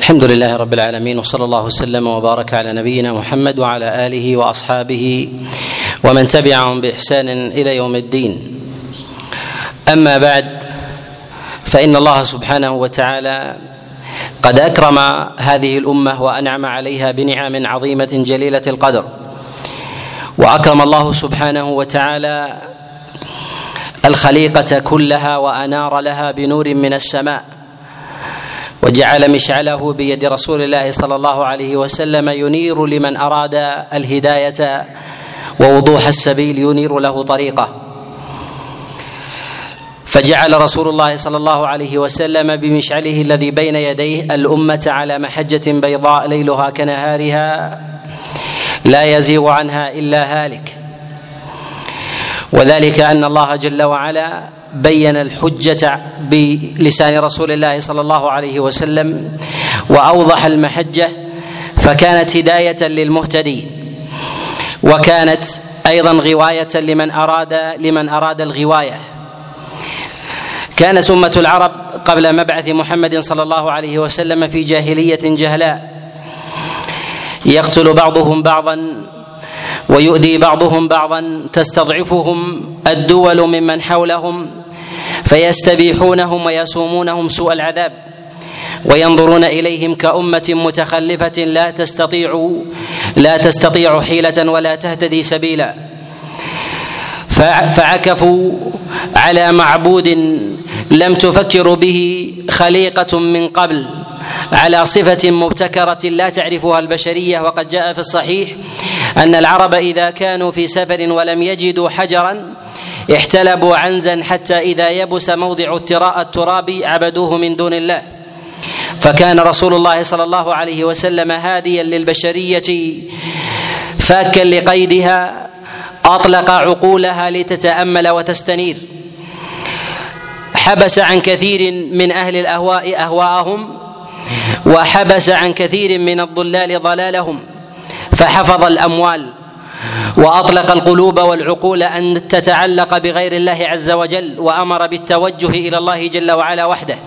الحمد لله رب العالمين، وصلى الله وسلم وبارك على نبينا محمد وعلى آله وأصحابه ومن تبعهم بإحسان إلى يوم الدين. أما بعد، فإن الله سبحانه وتعالى قد أكرم هذه الأمة وأنعم عليها بنعم عظيمة جليلة القدر، وأكرم الله سبحانه وتعالى الخليقة كلها وأنار لها بنور من السماء، وجعل مشعله بيد رسول الله صلى الله عليه وسلم ينير لمن أراد الهداية ووضوح السبيل، ينير له طريقه. فجعل رسول الله صلى الله عليه وسلم بمشعله الذي بين يديه الأمة على محجة بيضاء ليلها كنهارها لا يزيغ عنها إلا هالك، وذلك أن الله جل وعلا بين الحجة بلسان رسول الله صلى الله عليه وسلم وأوضح المحجة، فكانت هداية للمهتدي، وكانت أيضا غواية لمن أراد الغواية. كانت أمة العرب قبل مبعث محمد صلى الله عليه وسلم في جاهلية جهلاء، يقتل بعضهم بعضا ويؤذي بعضهم بعضا، تستضعفهم الدول ممن حولهم فيستبيحونهم ويسومونهم سوء العذاب، وينظرون إليهم كأمة متخلفة لا تستطيع حيلة ولا تهتدي سبيلا. فعكفوا على معبود لم تفكر به خليقة من قبل، على صفة مبتكرة لا تعرفها البشرية. وقد جاء في الصحيح أن العرب إذا كانوا في سفر ولم يجدوا حجرا احتلبوا عنزا، حتى إذا يبس موضع التراب عبدوه من دون الله. فكان رسول الله صلى الله عليه وسلم هاديا للبشرية فاكا لقيدها، أطلق عقولها لتتأمل وتستنير، حبس عن كثير من أهل الأهواء أهواءهم، وحبس عن كثير من الضلال ضلالهم، فحفظ الأموال وأطلق القلوب والعقول أن تتعلق بغير الله عز وجل، وأمر بالتوجه إلى الله جل وعلا وحده.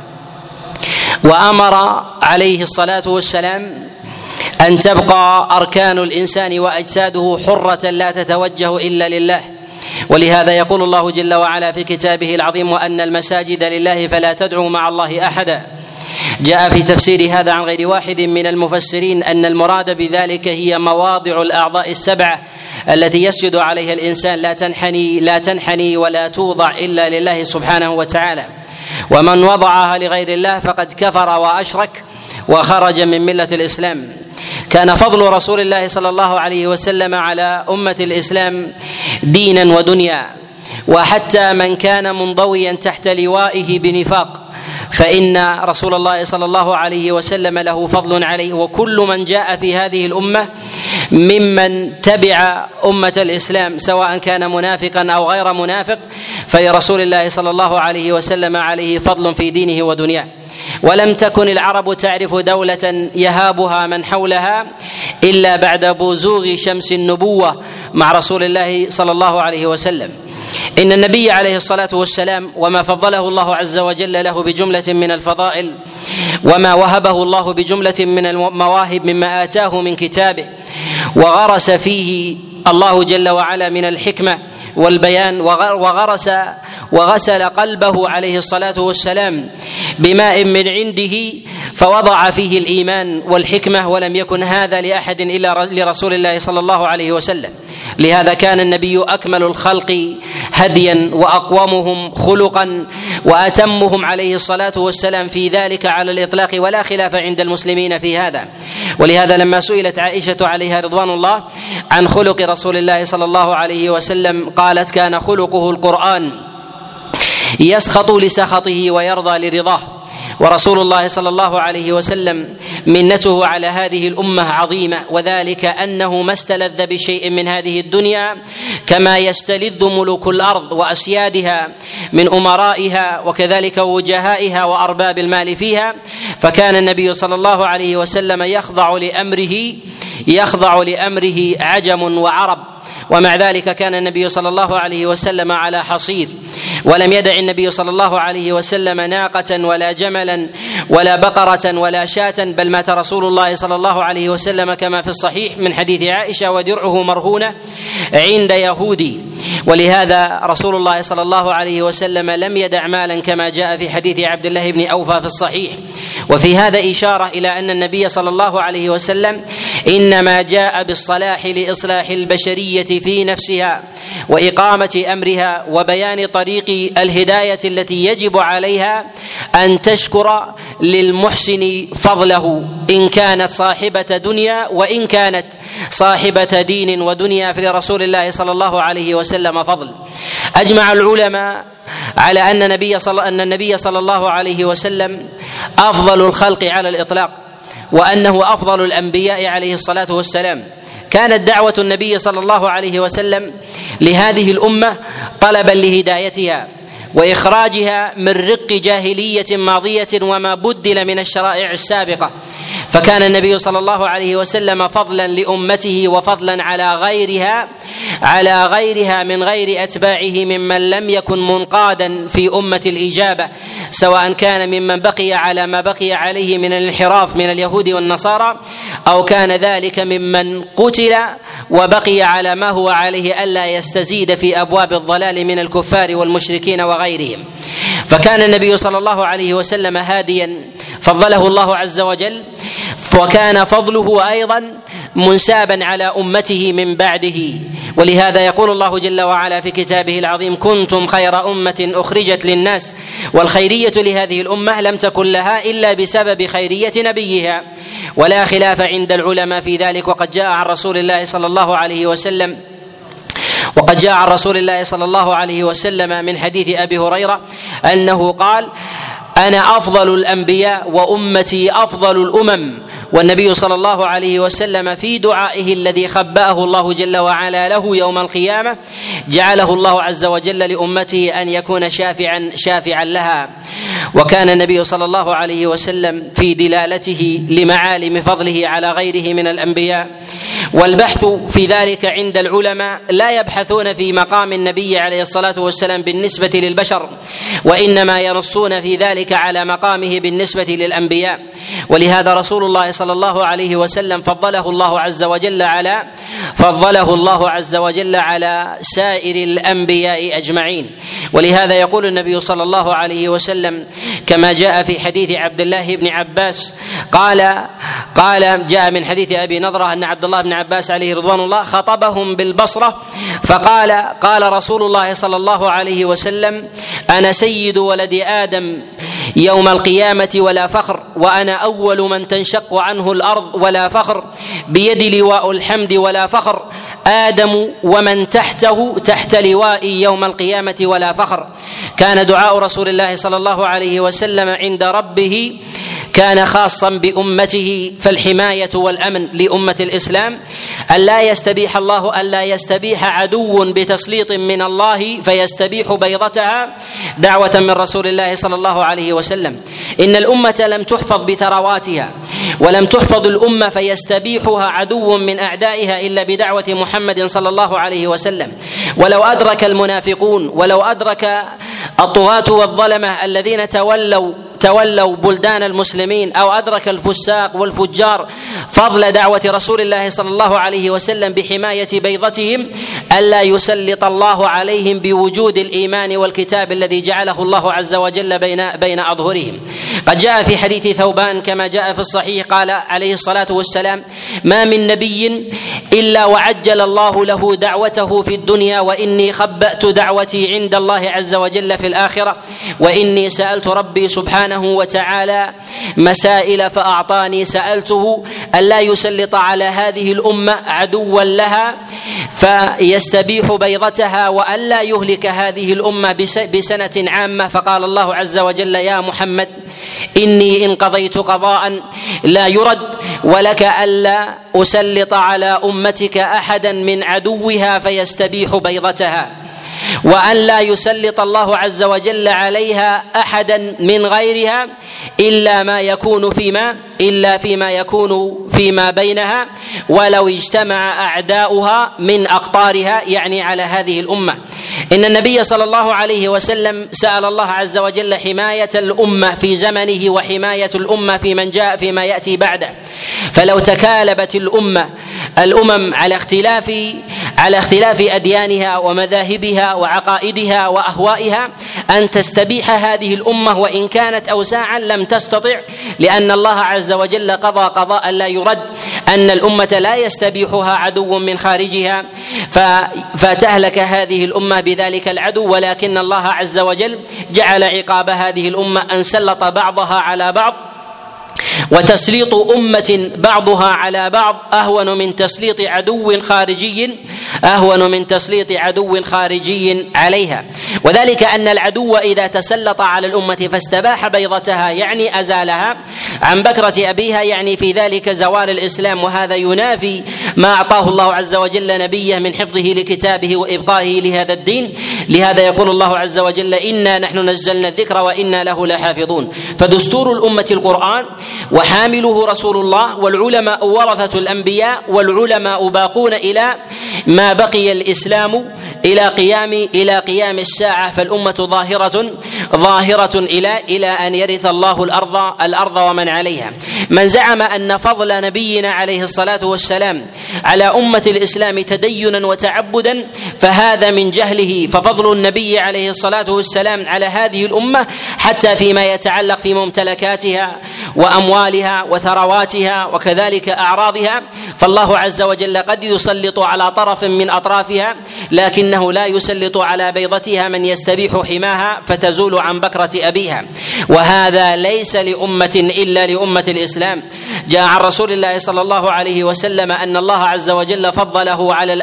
وأمر عليه الصلاة والسلام أن تبقى أركان الإنسان وأجساده حرة لا تتوجه إلا لله. ولهذا يقول الله جل وعلا في كتابه العظيم: وأن المساجد لله فلا تدعوا مع الله أحدا. جاء في تفسير هذا عن غير واحد من المفسرين أن المراد بذلك هي مواضع الأعضاء السبعة التي يسجد عليها الإنسان، لا تنحني ولا توضع إلا لله سبحانه وتعالى، ومن وضعها لغير الله فقد كفر وأشرك وخرج من ملة الإسلام. كان فضل رسول الله صلى الله عليه وسلم على أمة الإسلام دينا ودنيا، وحتى من كان منضويا تحت لوائه بنفاق فإن رسول الله صلى الله عليه وسلم له فضل عليه. وكل من جاء في هذه الأمة ممن تبع أمة الإسلام سواء كان منافقا أو غير منافق، فلرسول الله صلى الله عليه وسلم عليه فضل في دينه ودنياه. ولم تكن العرب تعرف دولة يهابها من حولها إلا بعد بزوغ شمس النبوة مع رسول الله صلى الله عليه وسلم. إن النبي عليه الصلاة والسلام وما فضله الله عز وجل له بجملة من الفضائل، وما وهبه الله بجملة من المواهب مما آتاه من كتابه، وغرس فيه الله جل وعلا من الحكمة والبيان، وغسل قلبه عليه الصلاة والسلام بماء من عنده، فوضع فيه الإيمان والحكمة، ولم يكن هذا لأحد إلا لرسول الله صلى الله عليه وسلم. لهذا كان النبي أكمل الخلق هديا وأقومهم خلقا وأتمهم عليه الصلاة والسلام في ذلك على الإطلاق، ولا خلاف عند المسلمين في هذا. ولهذا لما سئلت عائشة عليها رضوان الله عن خلق رسول الله صلى الله عليه وسلم قالت: كان خلقه القرآن يسخط لسخطه ويرضى لرضاه. ورسول الله صلى الله عليه وسلم منته على هذه الأمة عظيمة، وذلك أنه ما استلذ بشيء من هذه الدنيا كما يستلذ ملوك الأرض وأسيادها من أمرائها وكذلك وجهائها وأرباب المال فيها. فكان النبي صلى الله عليه وسلم يخضع لأمره عجم وعرب، ومع ذلك كان النبي صلى الله عليه وسلم على حصير، ولم يدع النبي صلى الله عليه وسلم ناقة ولا جملا ولا بقرة ولا شاة، بل مات رسول الله صلى الله عليه وسلم كما في الصحيح من حديث عائشة ودرعه مرهونة عند يهودي. ولهذا رسول الله صلى الله عليه وسلم لم يدع مالا كما جاء في حديث عبد الله بن أوفى في الصحيح. وفي هذا إشارة إلى أن النبي صلى الله عليه وسلم إنما جاء بالصلاح لإصلاح البشرية في نفسها وإقامة أمرها وبيان طريق الهداية التي يجب عليها أن تشكر للمحسن فضله، إن كانت صاحبة دنيا وإن كانت صاحبة دين ودنيا، فلرسول الله صلى الله عليه وسلم فضل. أجمع العلماء على أن النبي صلى الله عليه وسلم أفضل الخلق على الإطلاق، وأنه أفضل الأنبياء عليه الصلاة والسلام. كانت دعوة النبي صلى الله عليه وسلم لهذه الأمة طلبا لهدايتها وإخراجها من رق جاهلية ماضية وما بدل من الشرائع السابقة، فكان النبي صلى الله عليه وسلم فضلا لأمته وفضلا على غيرها من غير أتباعه ممن لم يكن منقادا في أمة الإجابة، سواء كان ممن بقي على ما بقي عليه من الانحراف من اليهود والنصارى، أو كان ذلك ممن قتل وبقي على ما هو عليه ألا يستزيد في أبواب الضلال من الكفار والمشركين وغيرهم. فكان النبي صلى الله عليه وسلم هاديا فضله الله عز وجل، وكان فضله أيضا منسابا على أمته من بعده. ولهذا يقول الله جل وعلا في كتابه العظيم: كنتم خير أمة أخرجت للناس. والخيرية لهذه الأمة لم تكن لها إلا بسبب خيرية نبيها، ولا خلاف عند العلماء في ذلك. وقد جاء عن رسول الله صلى الله عليه وسلم من حديث أبي هريرة أنه قال: أنا أفضل الأنبياء وأمتي أفضل الأمم. والنبي صلى الله عليه وسلم في دعائه الذي خبأه الله جل وعلا له يوم القيامة جعله الله عز وجل لأمته أن يكون شافعا لها. وكان النبي صلى الله عليه وسلم في دلالته لمعالم فضله على غيره من الأنبياء. والبحث في ذلك عند العلماء لا يبحثون في مقام النبي عليه الصلاة والسلام بالنسبة للبشر، وإنما ينصون في ذلك على مقامه بالنسبة للأنبياء. ولهذا رسول الله صلى الله عليه وسلم فضله الله عز وجل على سائر الأنبياء أجمعين. ولهذا يقول النبي صلى الله عليه وسلم كما جاء في حديث عبد الله بن عباس قال جاء من حديث أبي نضرة أن عبد الله بن عباس عليه رضوان الله خطبهم بالبصرة قال رسول الله صلى الله عليه وسلم: أنا سيد ولد آدم يوم القيامة ولا فخر، وأنا أول من تنشق عنه الأرض ولا فخر، بيد لواء الحمد ولا فخر، آدم ومن تحته تحت لوائي يوم القيامة ولا فخر. كان دعاء رسول الله صلى الله عليه وسلم عند ربه كان خاصا بأمته، فالحماية والأمن لأمة الإسلام ألا يستبيح عدو بتسليط من الله فيستبيح بيضتها دعوة من رسول الله صلى الله عليه وسلم. إن الأمة لم تحفظ بثرواتها، ولم تحفظ الأمة فيستبيحها عدو من أعدائها إلا بدعوة محمد صلى الله عليه وسلم. ولو أدرك المنافقون، ولو أدرك الطغاة والظلمة الذين تولوا بلدان المسلمين، أو أدرك الفساق والفجار فضل دعوة رسول الله صلى الله عليه وسلم بحماية بيضتهم، ألا يسلط الله عليهم بوجود الإيمان والكتاب الذي جعله الله عز وجل بين أظهرهم. قد جاء في حديث ثوبان كما جاء في الصحيح قال عليه الصلاة والسلام: ما من نبي إلا وعجل الله له دعوته في الدنيا، وإني خبأت دعوتي عند الله عز وجل في الآخرة، وإني سألت ربي سبحانه وتعالى مسائل فأعطاني، سألته ألا يسلط على هذه الأمة عدوا لها فيستبيح بيضتها، وألا يهلك هذه الأمة بسنة عامة. فقال الله عز وجل: يا محمد إني إن قضيت قضاء لا يرد، ولك ألا أسلط على أمتك أحدا من عدوها فيستبيح بيضتها، وأن لا يسلط الله عز وجل عليها أحدا من غيرها إلا فيما يكون فيما بينها، ولو اجتمع أعداؤها من أقطارها، يعني على هذه الأمة. إن النبي صلى الله عليه وسلم سأل الله عز وجل حماية الأمة في زمنه وحماية الأمة في من جاء فيما يأتي بعده، فلو تكالبت الأمم على اختلاف أديانها ومذاهبها وعقائدها وأهوائها أن تستبيح هذه الأمة وإن كانت أوساعا لم تستطع، لأن الله عز وجل قضى قضاء لا يرد أن الأمة لا يستبيحها عدو من خارجها فتهلك هذه الأمة بذلك العدو، ولكن الله عز وجل جعل عقاب هذه الأمة أن سلط بعضها على بعض، وتسليط أمة بعضها على بعض أهون من تسليط عدو خارجي عليها. وذلك أن العدو إذا تسلط على الأمة فاستباح بيضتها يعني أزالها عن بكرة أبيها، يعني في ذلك زوال الإسلام، وهذا ينافي ما أعطاه الله عز وجل نبيه من حفظه لكتابه وإبقائه لهذا الدين. لهذا يقول الله عز وجل: إنا نحن نزلنا الذكر وإنا له لحافظون. فدستور الأمة القرآن وحامله رسول الله، والعلماء ورثة الأنبياء، والعلماء باقون إلى ما بقي الإسلام إلى قيام الساعة، فالأمة ظاهرة إلى أن يرث الله الأرض ومن عليها. من زعم أن فضل نبينا عليه الصلاة والسلام على أمة الإسلام تدينا وتعبدا فهذا من جهله، ففضل النبي عليه الصلاة والسلام على هذه الأمة حتى فيما يتعلق في ممتلكاتها وأموالها وثرواتها وكذلك أعراضها، فالله عز وجل قد يسلط على طرف من أطرافها، لكنه لا يسلط على بيضتها من يستبيح حماها فتزول عن بكرة أبيها. وهذا ليس لأمة إلا لأمة الإسلام. جاء عن رسول الله صلى الله عليه وسلم أن الله عز وجل فضله على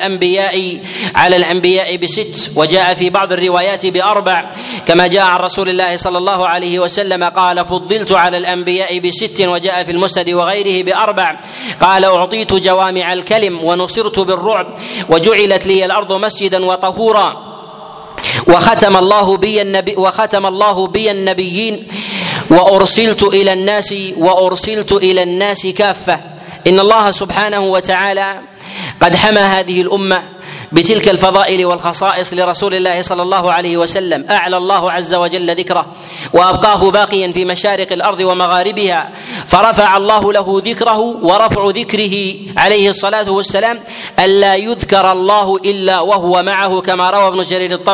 الأنبياء ب6، وجاء في بعض الروايات ب4، كما جاء عن رسول الله صلى الله عليه وسلم قال: فضلت على الأنبياء ب6، وجاء في المسند وغيره ب4، قال: أعطيت جوامع الكلم ونصرت بالرعب وجعلت لي الأرض مسجدا وطهورا وختم الله بي النبيين وأرسلت إلى الناس كافة. إن الله سبحانه وتعالى قد حمى هذه الأمة بتلك الفضائل والخصائص لرسول الله صلى الله عليه وسلم. أعلى الله عز وجل ذكره وأبقاه باقيا في مشارق الأرض ومغاربها، فرفع الله له ذكره، ورفع ذكره عليه الصلاة والسلام ألا يذكر الله إلا وهو معه، كما روى ابن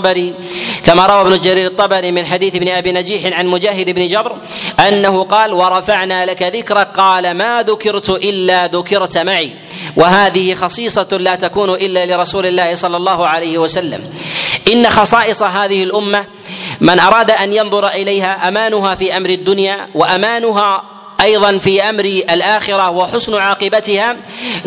جرير الطبري من حديث ابن أبي نجيح عن مجاهد بن جبر أنه قال: ورفعنا لك ذكرك، قال: ما ذكرت إلا ذكرت معي. وهذه خصيصة لا تكون إلا لرسول الله صلى الله عليه وسلم. إن خصائص هذه الأمة من أراد أن ينظر إليها أمانها في أمر الدنيا وأمانها أيضا في أمر الآخرة وحسن عاقبتها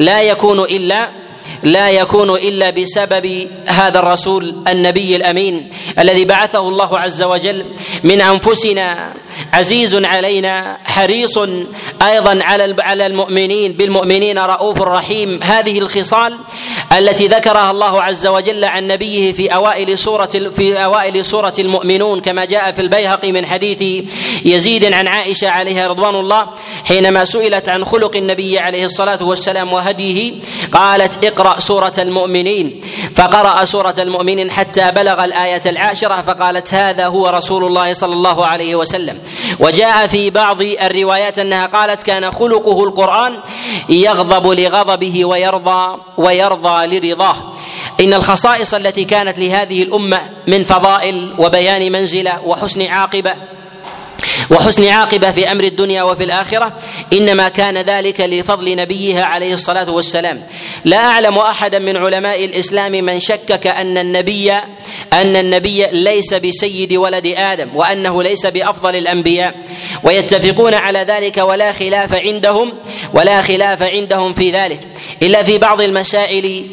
لا يكون إلا بسبب هذا الرسول النبي الأمين الذي بعثه الله عز وجل من أنفسنا، عزيز علينا حريص أيضا على المؤمنين، بالمؤمنين رؤوف رحيم. هذه الخصال التي ذكرها الله عز وجل عن نبيه في أوائل سورة المؤمنون، كما جاء في البيهقي من حديث يزيد عن عائشة عليها رضوان الله حينما سئلت عن خلق النبي عليه الصلاة والسلام وهديه قالت: اقرأ سورة المؤمنين، فقرأ سورة المؤمنين حتى بلغ الآية 10 فقالت: هذا هو رسول الله صلى الله عليه وسلم. وجاء في بعض الروايات أنها قالت: كان خلقه القرآن، يغضب لغضبه ويرضى لرضاه. إن الخصائص التي كانت لهذه الأمة من فضائل وبيان منزلة وحسن عاقبة في أمر الدنيا وفي الآخرة إنما كان ذلك لفضل نبيها عليه الصلاة والسلام. لا أعلم أحدا من علماء الإسلام من شكك أن النبي ليس بسيد ولد آدم، وأنه ليس بأفضل الأنبياء، ويتفقون على ذلك ولا خلاف عندهم في ذلك، إلا في بعض المسائل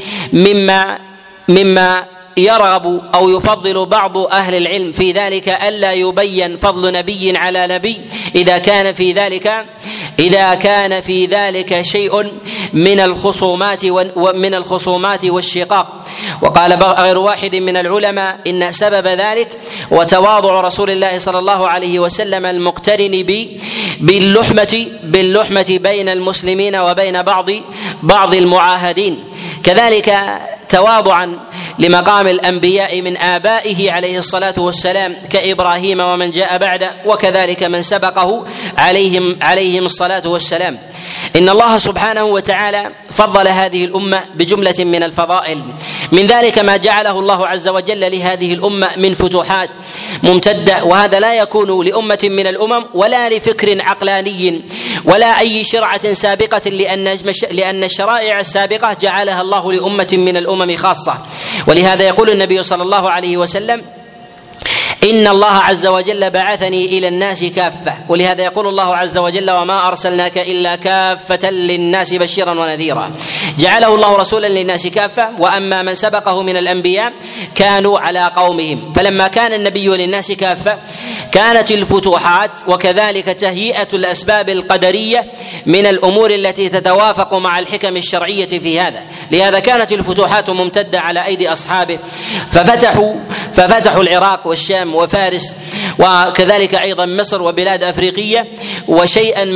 مما يرغب أو يفضل بعض أهل العلم في ذلك ألا يبين فضل نبي على نبي إذا كان في ذلك شيء من الخصومات والشقاق. وقال غير واحد من العلماء إن سبب ذلك وتواضع رسول الله صلى الله عليه وسلم المقترن باللحمة بين المسلمين وبين بعض المعاهدين، كذلك تواضعا لمقام الأنبياء من آبائه عليه الصلاة والسلام كإبراهيم ومن جاء بعده، وكذلك من سبقه عليهم الصلاة والسلام. إن الله سبحانه وتعالى فضل هذه الأمة بجملة من الفضائل، من ذلك ما جعله الله عز وجل لهذه الأمة من فتوحات ممتدة، وهذا لا يكون لأمة من الأمم ولا لفكر عقلاني ولا أي شرعة سابقة، لأن الشرائع السابقة جعلها الله لأمة من الأمم خاصة. ولهذا يقول النبي صلى الله عليه وسلم: إن الله عز وجل بعثني إلى الناس كافة. ولهذا يقول الله عز وجل: وما أرسلناك إلا كافة للناس بشيرا ونذيرا. جعله الله رسولا للناس كافة، وأما من سبقه من الأنبياء كانوا على قومهم. فلما كان النبي للناس كافة كانت الفتوحات وكذلك تهيئة الأسباب القدرية من الأمور التي تتوافق مع الحكم الشرعية في هذا. لهذا كانت الفتوحات ممتدة على أيدي أصحابه، ففتحوا العراق والشام وفارس، وكذلك أيضا مصر وبلاد أفريقية وشيئا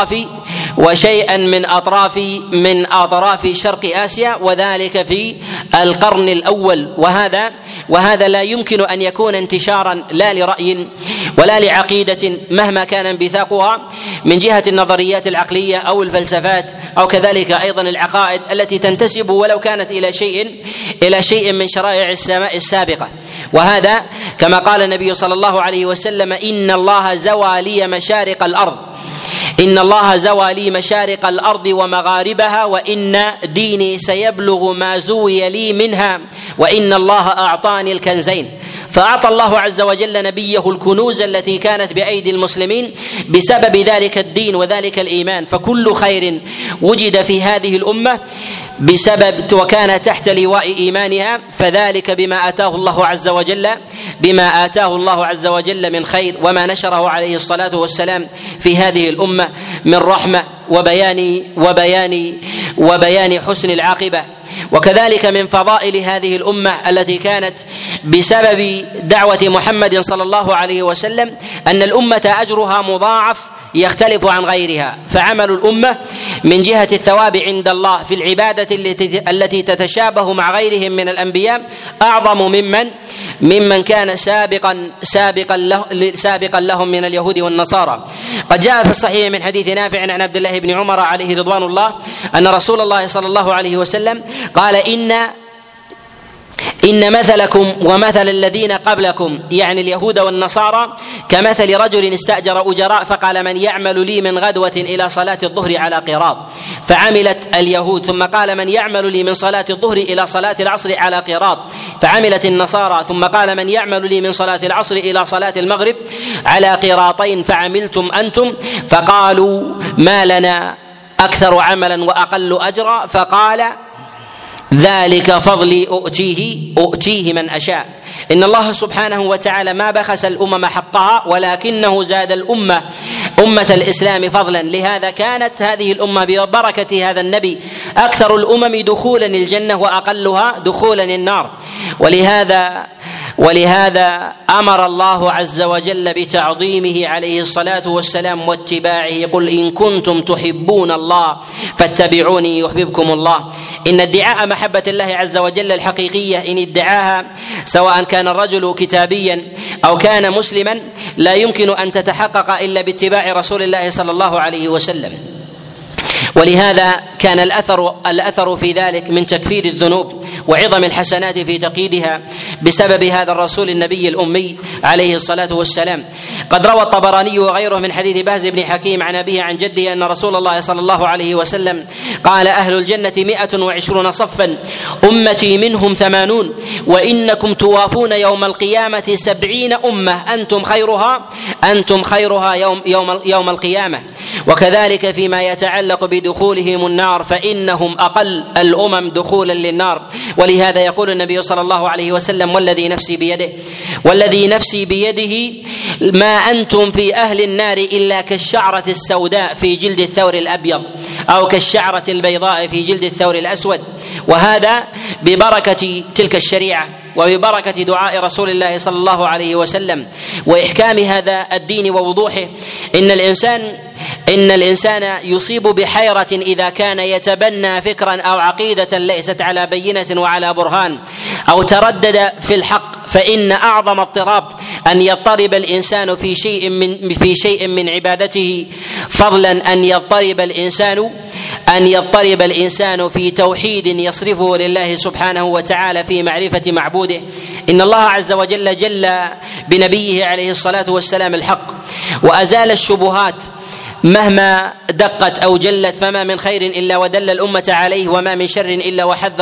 من أطراف شرق آسيا، وذلك في القرن الأول. وهذا لا يمكن أن يكون انتشارا لا لرأي ولا لعقيدة مهما كان انبثاقها من جهة النظريات العقلية أو الفلسفات أو كذلك أيضا العقائد التي تنتسب ولو كانت إلى شيء من شرائع السماء السابقة. وهذا كما قال النبي صلى الله عليه وسلم: إن الله زوى لي مشارق الأرض ومغاربها، وإن ديني سيبلغ ما زوي لي منها، وإن الله أعطاني الكنزين. فأعطى الله عز وجل نبيه الكنوز التي كانت بأيدي المسلمين بسبب ذلك الدين وذلك الإيمان. فكل خير وجد في هذه الأمة بسبب وكان تحت لواء إيمانها، فذلك بما آتاه الله عز وجل من خير، وما نشره عليه الصلاة والسلام في هذه الأمة من رحمة وبيان حسن العاقبة. وكذلك من فضائل هذه الأمة التي كانت بسبب دعوة محمد صلى الله عليه وسلم أن الأمة أجرها مضاعف يختلف عن غيرها. فعمل الأمة من جهة الثواب عند الله في العبادة التي تتشابه مع غيرهم من الأنبياء أعظم ممن كان سابقا لهم من اليهود والنصارى. قد جاء في الصحيح من حديث نافع عن عبد الله بن عمر عليه رضوان الله أن رسول الله صلى الله عليه وسلم قال: إن مثلكم ومثل الذين قبلكم، يعني اليهود والنصارى، كمثل رجل استأجر أجراء فقال: من يعمل لي من غدوة إلى صلاة الظهر على قراط، فعملت اليهود. ثم قال: من يعمل لي من صلاة الظهر إلى صلاة العصر على قراط، فعملت النصارى. ثم قال: من يعمل لي من صلاة العصر إلى صلاة المغرب على قراطين، فعملتم أنتم. فقالوا: ما لنا أكثر عملا وأقل أجرا. فقال: ذلك فضلي أؤتيه من أشاء. إن الله سبحانه وتعالى ما بخس الأمم حقها، ولكنه زاد أمة الإسلام فضلا. لهذا كانت هذه الأمة ببركة هذا النبي أكثر الأمم دخولا الجنة وأقلها دخولا النار. ولهذا أمر الله عز وجل بتعظيمه عليه الصلاة والسلام واتباعه: قل إن كنتم تحبون الله فاتبعوني يحببكم الله. إن ادعاء محبة الله عز وجل الحقيقية إن ادعاها سواء كان الرجل كتابيا أو كان مسلما لا يمكن أن تتحقق إلا باتباع رسول الله صلى الله عليه وسلم. ولهذا كان الأثر في ذلك من تكفير الذنوب وعظم الحسنات في تقييدها بسبب هذا الرسول النبي الأمي عليه الصلاة والسلام. قد روى الطبراني وغيره من حديث بهز بن حكيم عن أبيه عن جده أن رسول الله صلى الله عليه وسلم قال: أهل الجنة 120 صفا، أمتي منهم 80، وإنكم توافون يوم القيامة 70 أمة، أنتم خيرها يوم القيامة. وكذلك فيما يتعلق بدخولهم النار فإنهم أقل الأمم دخولا للنار. ولهذا يقول النبي صلى الله عليه وسلم: والذي نفسي بيده ما أنتم في أهل النار إلا كالشعرة السوداء في جلد الثور الأبيض، أو كالشعرة البيضاء في جلد الثور الأسود. وهذا ببركة تلك الشريعة وببركة دعاء رسول الله صلى الله عليه وسلم وإحكام هذا الدين ووضوحه. إن الإنسان يصيب بحيرة إذا كان يتبنى فكرا أو عقيدة ليست على بينة وعلى برهان، أو تردد في الحق، فإن أعظم اضطراب أن يضطرب الإنسان في شيء من عبادته، فضلا أن يضطرب الإنسان في توحيد يصرفه لله سبحانه وتعالى في معرفة معبوده. إن الله عز وجل جل بنبيه عليه الصلاة والسلام الحق، وأزال الشبهات مهما دقت أو جلت، فما من خير إلا ودل الأمة عليه، وما من شر إلا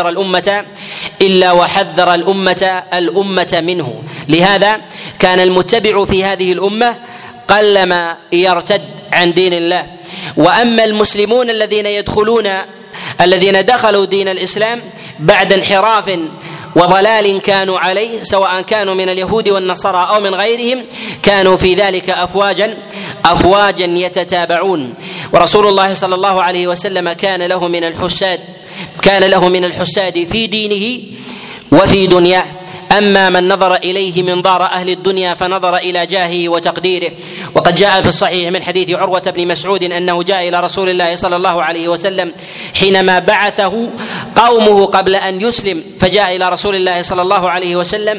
وحذر الأمة منه. لهذا كان المتبع في هذه الأمة قلما يرتد عن دين الله. وأما المسلمون الذين دخلوا دين الإسلام بعد انحراف وضلال كانوا عليه، سواء كانوا من اليهود والنصارى أو من غيرهم، كانوا في ذلك أفواجا يتتابعون. ورسول الله صلى الله عليه وسلم كان له من الحساد في دينه وفي دنياه. أما من نظر إليه منظار أهل الدنيا فنظر إلى جاهه وتقديره. وقد جاء في الصحيح من حديث عروة بن مسعود أنه جاء إلى رسول الله صلى الله عليه وسلم حينما بعثه قومه قبل أن يسلم، فجاء إلى رسول الله صلى الله عليه وسلم.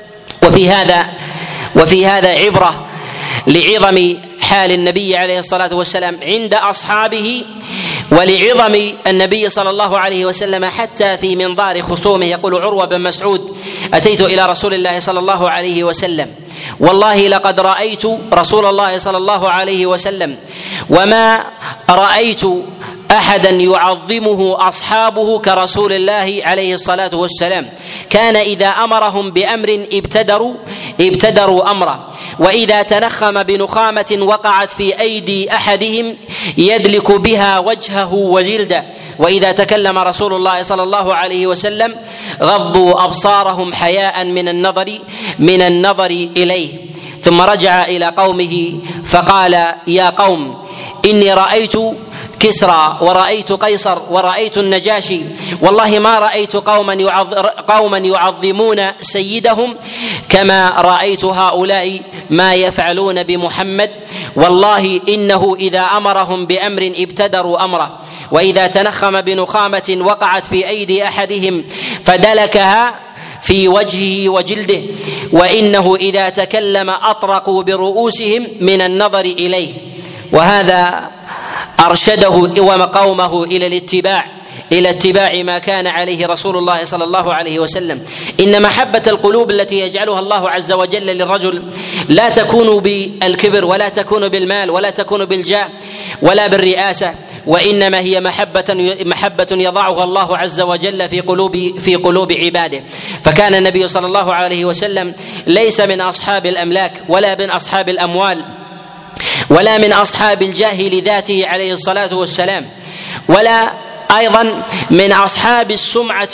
وفي هذا عبرة لعظم حال النبي عليه الصلاة والسلام عند أصحابه، ولعظم النبي صلى الله عليه وسلم حتى في منظار خصومه. يقول عروة بن مسعود: أتيت إلى رسول الله صلى الله عليه وسلم، والله لقد رأيت رسول الله صلى الله عليه وسلم، وما رأيت أحدا يعظمه أصحابه كرسول الله عليه الصلاة والسلام. كان إذا أمرهم بأمر ابتدروا أمره، وإذا تنخم بنخامة وقعت في أيدي أحدهم يدلك بها وجهه وجلده، وإذا تكلم رسول الله صلى الله عليه وسلم غضوا أبصارهم حياء من النظر إليه. ثم رجع إلى قومه فقال: يا قوم، إني رأيت كسرى ورأيت قيصر ورأيت النجاشي، والله ما رأيت قوما يعظمون سيدهم كما رأيت هؤلاء ما يفعلون بمحمد. والله إنه إذا أمرهم بأمر ابتدروا أمره، وإذا تنخم بنخامة وقعت في أيدي أحدهم فدلكها في وجهه وجلده، وإنه إذا تكلم أطرقوا برؤوسهم من النظر إليه. وهذا أرشده وقومه إلى اتباع ما كان عليه رسول الله صلى الله عليه وسلم. إن محبة القلوب التي يجعلها الله عز وجل للرجل لا تكون بالكبر، ولا تكون بالمال، ولا تكون بالجاه، ولا بالرئاسة، وإنما هي محبة يضعها الله عز وجل في قلوب عباده. فكان النبي صلى الله عليه وسلم ليس من أصحاب الأملاك، ولا من أصحاب الأموال، ولا من أصحاب الجاه لذاته عليه الصلاة والسلام، ولا أيضا من أصحاب السمعة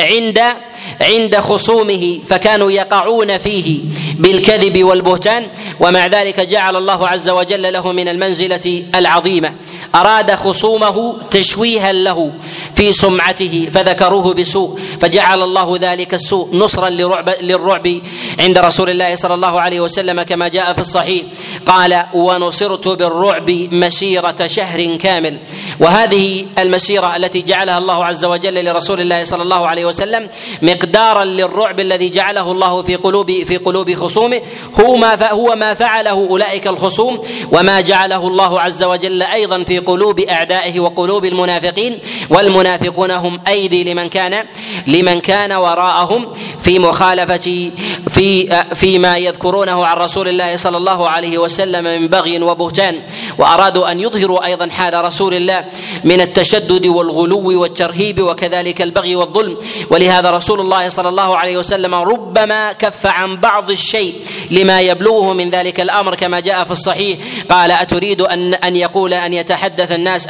عند خصومه، فكانوا يقعون فيه بالكذب والبهتان. ومع ذلك جعل الله عز وجل له من المنزلة العظيمة. أراد خصومه تشويها له في سمعته فذكروه بسوء، فجعل الله ذلك السوء نصرا للرعب عند رسول الله صلى الله عليه وسلم، كما جاء في الصحيح قال: ونصرت بالرعب مسيرة شهر كامل. وهذه المسيرة التي جعلها الله عز وجل لرسول الله صلى الله عليه وسلم مقدارا للرعب الذي جعله الله في قلوب خصومه هو ما فعله أولئك الخصوم، وما جعله الله عز وجل أيضا في قلوب أعدائه وقلوب المنافقين. والمنافقون هم أيدي لمن كان وراءهم في مخالفة فيما يذكرونه عن رسول الله صلى الله عليه وسلم من بغي وبهتان. وأرادوا أن يظهروا أيضا حال رسول الله من التشدد والغلو والترهيب، وكذلك البغي والظلم. ولهذا رسول الله صلى الله عليه وسلم ربما كف عن بعض الشيء لما يبلغه من ذلك الأمر، كما جاء في الصحيح قال: أتريد أن يتحدث الناس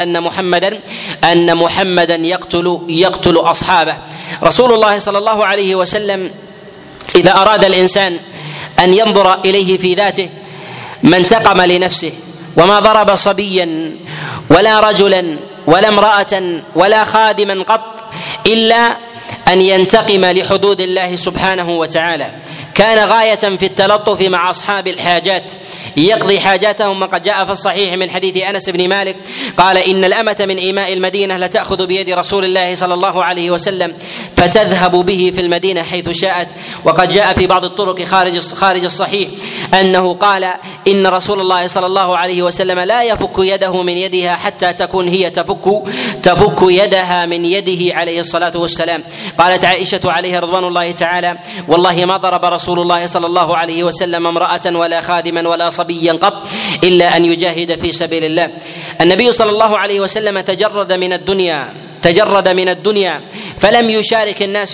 أن محمدا يقتل أصحابه. رسول الله صلى الله عليه وسلم إذا أراد الإنسان أن ينظر إليه في ذاته ما انتقم لنفسه، وما ضرب صبيا ولا رجلا ولا امرأة ولا خادما قط إلا أن ينتقم لحدود الله سبحانه وتعالى. كان غاية في التلطف مع أصحاب الحاجات، يقضي حاجاتهم. وقد جاء في الصحيح من حديث أنس بن مالك قال: إن الأمة من إيماء المدينة لتأخذ بيد رسول الله صلى الله عليه وسلم فتذهب به في المدينة حيث شاءت. وقد جاء في بعض الطرق خارج الصحيح أنه قال: إن رسول الله صلى الله عليه وسلم لا يفك يده من يدها حتى تكون هي تفك يدها من يده عليه الصلاة والسلام. قالت عائشة عليها رضوان الله تعالى: والله ما ضرب رسول الله صلى الله عليه وسلم امرأة ولا خادما ولا صبيا قط إلا أن يجاهد في سبيل الله. النبي صلى الله عليه وسلم تجرد من الدنيا فلم يشارك الناس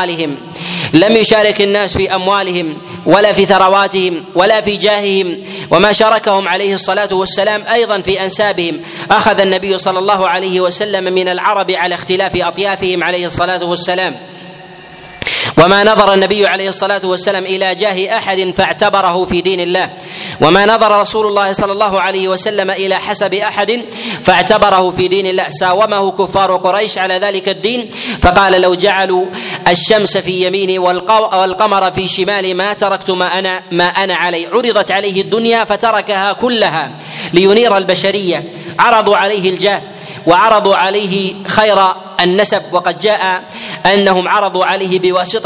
في أموالهم ولا في ثرواتهم ولا في جاههم، وما شاركهم عليه الصلاة والسلام أيضا في أنسابهم. أخذ النبي صلى الله عليه وسلم من العرب على اختلاف أطيافهم عليه الصلاة والسلام، وما نظر النبي عليه الصلاة والسلام إلى جاه أحد فاعتبره في دين الله، وما نظر رسول الله صلى الله عليه وسلم إلى حسب أحد فاعتبره في دين الله. ساومه كفار قريش على ذلك الدين، فقال: لو جعلوا الشمس في يميني والقمر في شمالي ما تركت ما أنا عليه. عرضت عليه الدنيا فتركها كلها لينير البشرية. عرضوا عليه الجاه وعرضوا عليه خير النسب، وقد جاء أنهم عرضوا عليه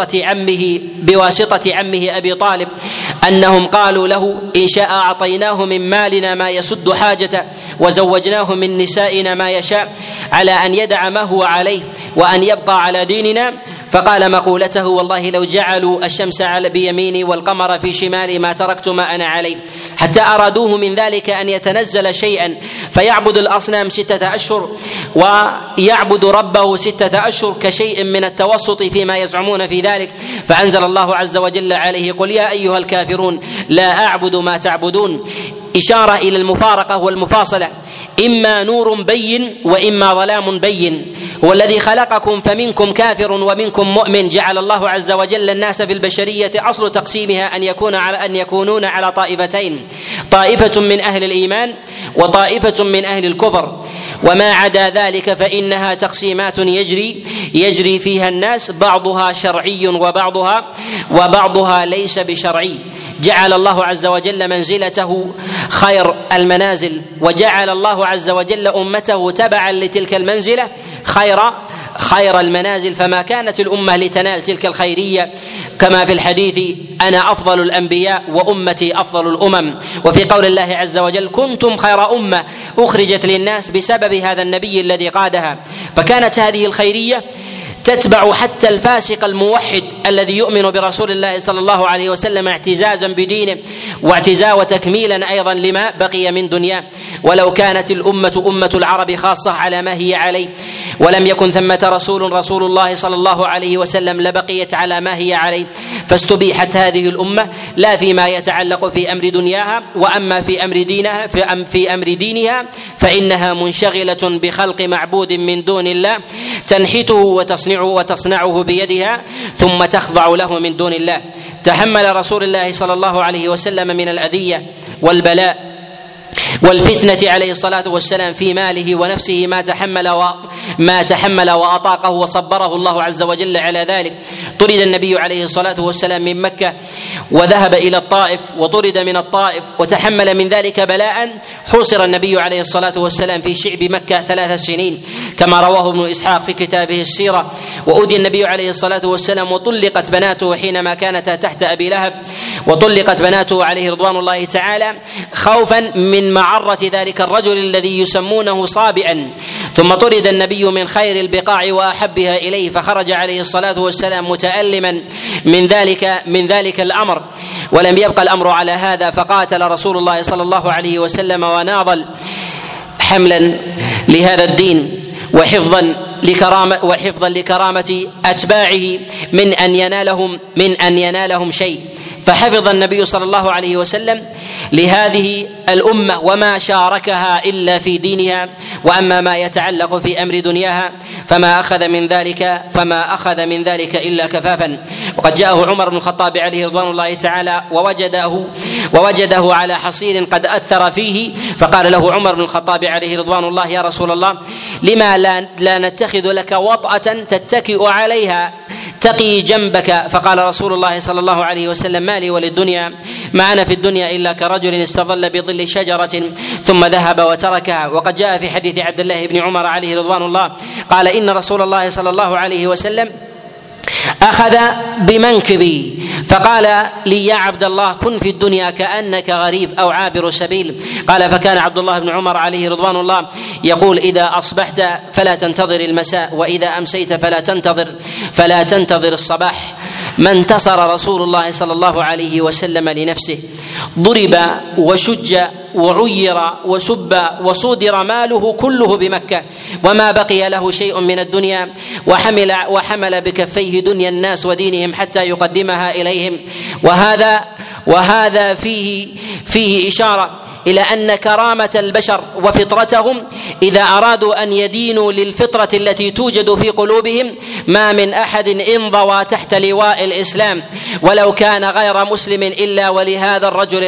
بواسطة عمه أبي طالب، أنهم قالوا له: إن شاء أعطيناه من مالنا ما يسد حاجته وزوجناه من نسائنا ما يشاء، على أن يدع ما هو عليه وأن يبقى على ديننا. فقال مقولته: والله لو جعلوا الشمس بيميني والقمر في شمالي ما تركت ما أنا عليه. حتى أرادوه من ذلك أن يتنزل شيئا فيعبد الأصنام 6 أشهر ويعبد ربه 6 أشهر، كشيء من التوسط فيما يزعمون في ذلك. فأنزل الله عز وجل عليه: قل يا أيها الكافرون لا أعبد ما تعبدون، إشارة إلى المفارقة والمفاصلة، إما نور بين وإما ظلام بين. هو الذي خلقكم فمنكم كافر ومنكم مؤمن. جعل الله عز وجل الناس في البشرية أصل تقسيمها أن يكونون على طائفتين: طائفة من أهل الإيمان وطائفة من أهل الكفر، وما عدا ذلك فإنها تقسيمات يجري فيها الناس، بعضها شرعي وبعضها ليس بشرعي. جعل الله عز وجل منزلته خير المنازل، وجعل الله عز وجل أمته تبعا لتلك المنزلة خير المنازل، فما كانت الأمة لتنال تلك الخيرية، كما في الحديث: أنا أفضل الأنبياء وأمتي أفضل الأمم. وفي قول الله عز وجل: كنتم خير أمة أخرجت للناس بسبب هذا النبي الذي قادها. فكانت هذه الخيرية تتبع حتى الفاسق الموحد الذي يؤمن برسول الله صلى الله عليه وسلم اعتزازا بدينه وتكميلا أيضا لما بقي من دنياه. ولو كانت الأمة أمة العرب خاصة على ما هي عليه ولم يكن ثمة رسول الله صلى الله عليه وسلم لبقيت على ما هي عليه، فاستبيحت هذه الأمة لا فيما يتعلق في أمر دنياها، وأما في أمر دينها فإنها منشغلة بخلق معبود من دون الله تنحته وتصنعه بيدها ثم تخضع له من دون الله. تحمل رسول الله صلى الله عليه وسلم من الأذية والبلاء والفتنة عليه الصلاة والسلام في ماله ونفسه ما تحمل وأطاقه وصبره الله عز وجل على ذلك. طرد النبي عليه الصلاة والسلام من مكة وذهب إلى الطائف، وطرد من الطائف وتحمل من ذلك بلاء. حوصر النبي عليه الصلاة والسلام في شعب مكة 3 سنين كما رواه ابن إسحاق في كتابه السيرة. وأذي النبي عليه الصلاة والسلام وطلقت بناته حينما كانتا تحت أبي لهب، وطلقت بناته عليه رضوان الله تعالى خوفا من معرة ذلك الرجل الذي يسمونه صابئا. ثم طرد النبي من خير البقاع وأحبها إليه، فخرج عليه الصلاة والسلام متألما من ذلك الأمر. ولم يبقى الأمر على هذا، فقاتل رسول الله صلى الله عليه وسلم وناضل حملا لهذا الدين وحفظا لكرامة أتباعه من أن ينالهم شيء. فحفظ النبي صلى الله عليه وسلم لهذه الأمة وما شاركها إلا في دينها، وأما ما يتعلق في أمر دنياها فما أخذ من ذلك إلا كفافا. وقد جاءه عمر بن الخطاب عليه رضوان الله تعالى ووجده على حصير قد أثر فيه، فقال له عمر بن الخطاب عليه رضوان الله: يا رسول الله، لما لا نتخذ لك وطأة تتكئ عليها تقي جنبك. فقال رسول الله صلى الله عليه وسلم: ما لي وللدنيا، ما أنا في الدنيا إلا كرجل استظل بظل شجرة ثم ذهب وتركها. وقد جاء في حديث عبد الله بن عمر عليه رضوان الله قال: إن رسول الله صلى الله عليه وسلم أخذ بمنكبي فقال لي: يا عبد الله، كن في الدنيا كأنك غريب أو عابر سبيل. قال: فكان عبد الله بن عمر عليه رضوان الله يقول: إذا أصبحت فلا تنتظر المساء، وإذا أمسيت فلا تنتظر الصباح. ما انتصر رسول الله صلى الله عليه وسلم لنفسه، ضرب وشج وعير وسب وصودر ماله كله بمكة، وما بقي له شيء من الدنيا، وحمل بكفيه دنيا الناس ودينهم حتى يقدمها إليهم. وهذا فيه إشارة إلى أن كرامة البشر وفطرتهم إذا أرادوا أن يدينوا للفطرة التي توجد في قلوبهم ما من أحد انضوى تحت لواء الإسلام ولو كان غير مسلم إلا لهذا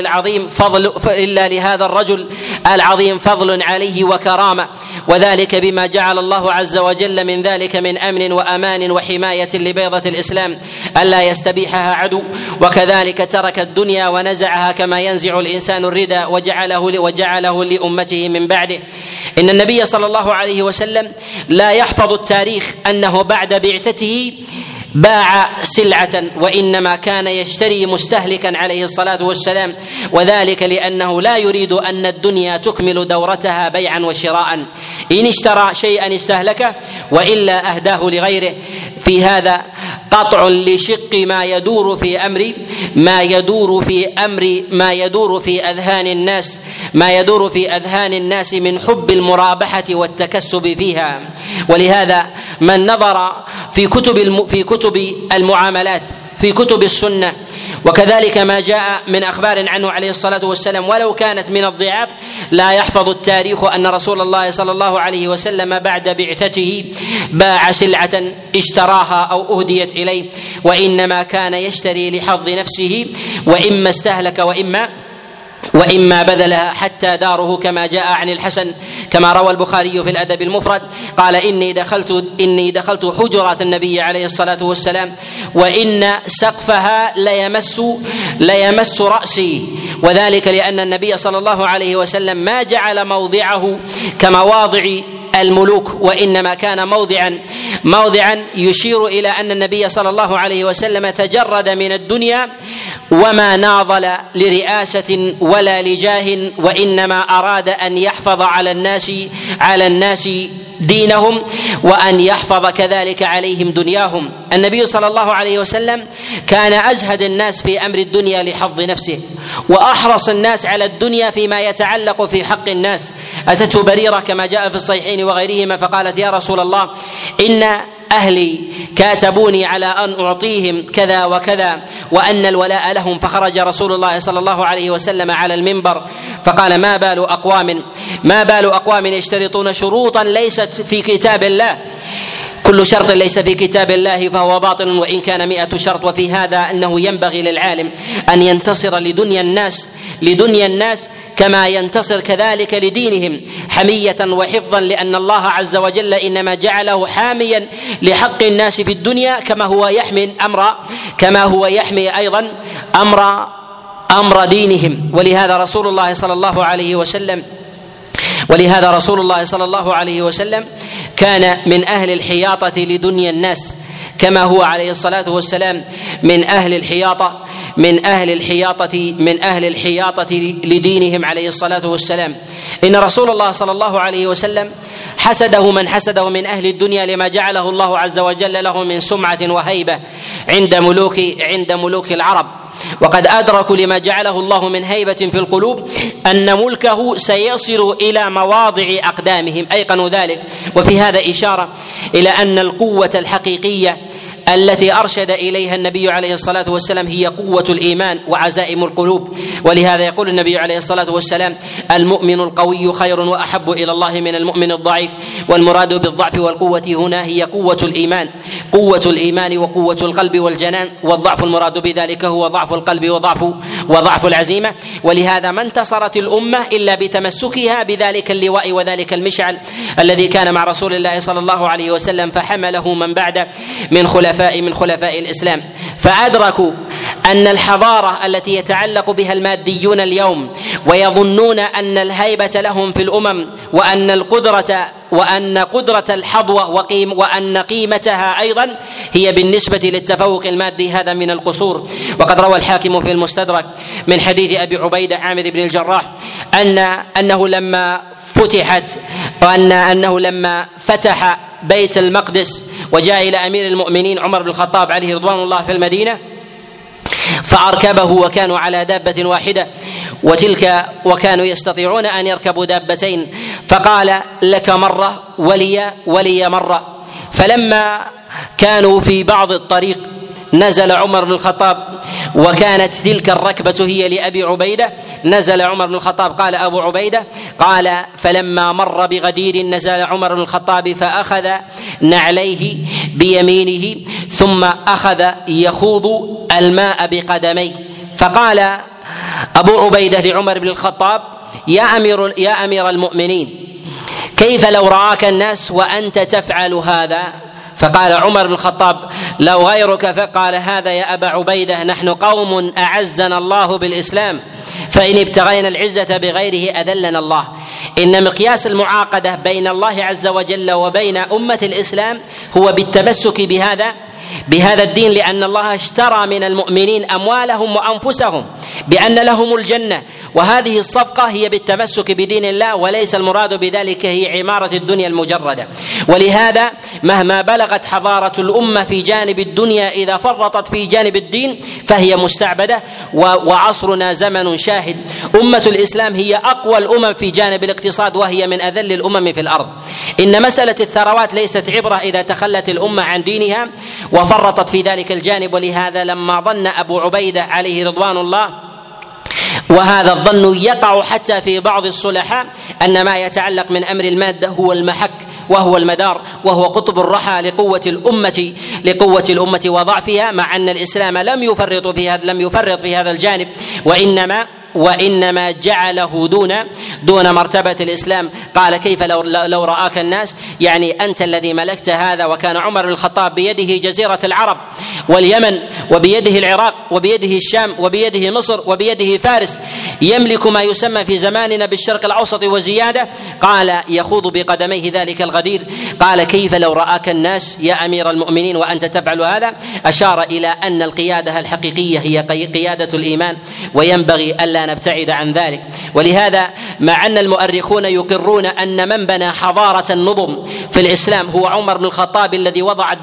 الرجل العظيم فضل عليه وكرامة، وذلك بما جعل الله عز وجل من ذلك من أمن وأمان وحماية لبيضة الإسلام ألا يستبيحها عدو. وكذلك ترك الدنيا ونزعها كما ينزع الإنسان الردى وجعله لأمته من بعده. إن النبي صلى الله عليه وسلم لا يحفظ التاريخ أنه بعد بعثته باع سلعة، وإنما كان يشتري مستهلكا عليه الصلاة والسلام، وذلك لأنه لا يريد أن الدنيا تكمل دورتها بيعا وشراء. إن اشترى شيئا استهلكه وإلا أهداه لغيره. في هذا قطع لشق ما يدور في أذهان الناس من حب المرابحة والتكسب فيها. ولهذا من نظر في كتب المعاملات في كتب السنة، وكذلك ما جاء من أخبار عنه عليه الصلاة والسلام ولو كانت من الضعاف، لا يحفظ التاريخ أن رسول الله صلى الله عليه وسلم بعد بعثته باع سلعة اشتراها أو أهديت إليه، وإنما كان يشتري لحظ نفسه، وإما استهلك وإما بذلها حتى داره، كما جاء عن الحسن كما روى البخاري في الأدب المفرد قال: إني دخلت حجرات النبي عليه الصلاة والسلام وإن سقفها ليمس رأسي، وذلك لأن النبي صلى الله عليه وسلم ما جعل موضعه كمواضع الملوك، وإنما كان موضعا يشير إلى أن النبي صلى الله عليه وسلم تجرد من الدنيا وما ناضل لرئاسة ولا لجاه، وإنما أراد أن يحفظ على الناس دينهم، وأن يحفظ كذلك عليهم دنياهم. النبي صلى الله عليه وسلم كان أزهد الناس في أمر الدنيا لحظ نفسه، وأحرص الناس على الدنيا فيما يتعلق في حق الناس. أتته بريرة كما جاء في الصحيحين وغيرهما فقالت: يا رسول الله، إن أهلي كاتبوني على أن أعطيهم كذا وكذا وأن الولاء لهم. فخرج رسول الله صلى الله عليه وسلم على المنبر فقال: ما بال أقوام يشترطون شروطا ليست في كتاب الله، كل شرط ليس في كتاب الله فهو باطل وإن كان 100 شرط. وفي هذا أنه ينبغي للعالم أن ينتصر لدنيا الناس كما ينتصر كذلك لدينهم حمية وحفظا، لأن الله عز وجل إنما جعله حاميا لحق الناس في الدنيا كما هو يحمي أيضا أمر دينهم. ولهذا رسول الله صلى الله عليه وسلم كان من أهل الحياطة لدنيا الناس، كما هو عليه الصلاة والسلام من أهل الحياطة لدينهم عليه الصلاة والسلام. إن رسول الله صلى الله عليه وسلم حسده من حسده من أهل الدنيا لما جعله الله عز وجل له من سمعة وهيبة عند ملوك العرب، وقد أدركوا لما جعله الله من هيبة في القلوب أن ملكه سيصل إلى مواضع أقدامهم، أيقنوا ذلك. وفي هذا إشارة إلى أن القوة الحقيقية التي أرشد إليها النبي عليه الصلاة والسلام هي قوة الإيمان وعزائم القلوب. ولهذا يقول النبي عليه الصلاة والسلام: المؤمن القوي خير وأحب إلى الله من المؤمن الضعيف. والمراد بالضعف والقوة هنا هي قوة الإيمان وقوة القلب والجنان، والضعف المراد بذلك هو ضعف القلب وضعف العزيمة. ولهذا ما انتصرت الأمة إلا بتمسكها بذلك اللواء وذلك المشعل الذي كان مع رسول الله صلى الله عليه وسلم، فحمله من بعد من خلفاء الإسلام، فأدركوا أن الحضارة التي يتعلق بها الماديون اليوم ويظنون أن الهيبة لهم في الأمم وأن قدرة الحظوة وأن قيمتها أيضا هي بالنسبة للتفوق المادي، هذا من القصور. وقد روى الحاكم في المستدرك من حديث أبي عبيدة عامر بن الجراح أنه لما فتح بيت المقدس وجاء إلى أمير المؤمنين عمر بن الخطاب عليه رضوان الله في المدينة فأركبه، وكانوا على دابة واحدة وكانوا يستطيعون أن يركبوا دابتين، فقال: لك مرة ولي مرة. فلما كانوا في بعض الطريق نزل عمر بن الخطاب، وكانت تلك الركبة هي لأبي عبيدة، نزل عمر بن الخطاب. قال أبو عبيدة: قال: فلما مر بغدير نزل عمر بن الخطاب فأخذ نعليه بيمينه ثم أخذ يخوض الماء بقدميه، فقال أبو عبيدة لعمر بن الخطاب: يا أمير المؤمنين، كيف لو رآك الناس وأنت تفعل هذا؟ فقال عمر بن الخطاب: لو غيرك. فقال: هذا يا أبا عبيدة نحن قوم أعزنا الله بالإسلام، فإن ابتغينا العزة بغيره أذلنا الله. إن مقياس المعاقدة بين الله عز وجل وبين أمة الإسلام هو بالتمسك بهذا الدين، لأن الله اشترى من المؤمنين أموالهم وأنفسهم بأن لهم الجنة، وهذه الصفقة هي بالتمسك بدين الله، وليس المراد بذلك هي عمارة الدنيا المجردة. ولهذا مهما بلغت حضارة الأمة في جانب الدنيا إذا فرطت في جانب الدين فهي مستعبدة، وعصرنا زمن شاهد. أمة الإسلام هي أقوى الأمم في جانب الاقتصاد، وهي من أذل الأمم في الأرض. إن مسألة الثروات ليست عبرة إذا تخلت الأمة عن دينها وفرطت في ذلك الجانب. ولهذا لما ظن أبو عبيدة عليه رضوان الله، وهذا الظن يقع حتى في بعض الصلحاء، أن ما يتعلق من أمر المادة هو المحك وهو المدار وهو قطب الرحى لقوة الأمة وضعفها، مع أن الإسلام لم يفرط في هذا الجانب، وإنما جعله دون مرتبة الإسلام. قال: كيف لو رآك الناس، يعني أنت الذي ملكت هذا. وكان عمر بن الخطاب بيده جزيرة العرب واليمن، وبيده العراق، وبيده الشام، وبيده مصر، وبيده فارس، يملك ما يسمى في زماننا بالشرق الأوسط وزيادة. قال: يخوض بقدميه ذلك الغدير. قال: كيف لو رآك الناس يا أمير المؤمنين وأنت تفعل هذا؟ أشار إلى أن القيادة الحقيقية هي قيادة الإيمان، وينبغي ألا نبتعد عن ذلك. ولهذا مع أن المؤرخون يقرون أن من بنى حضارة النظم في الإسلام هو عمر بن الخطاب الذي وضع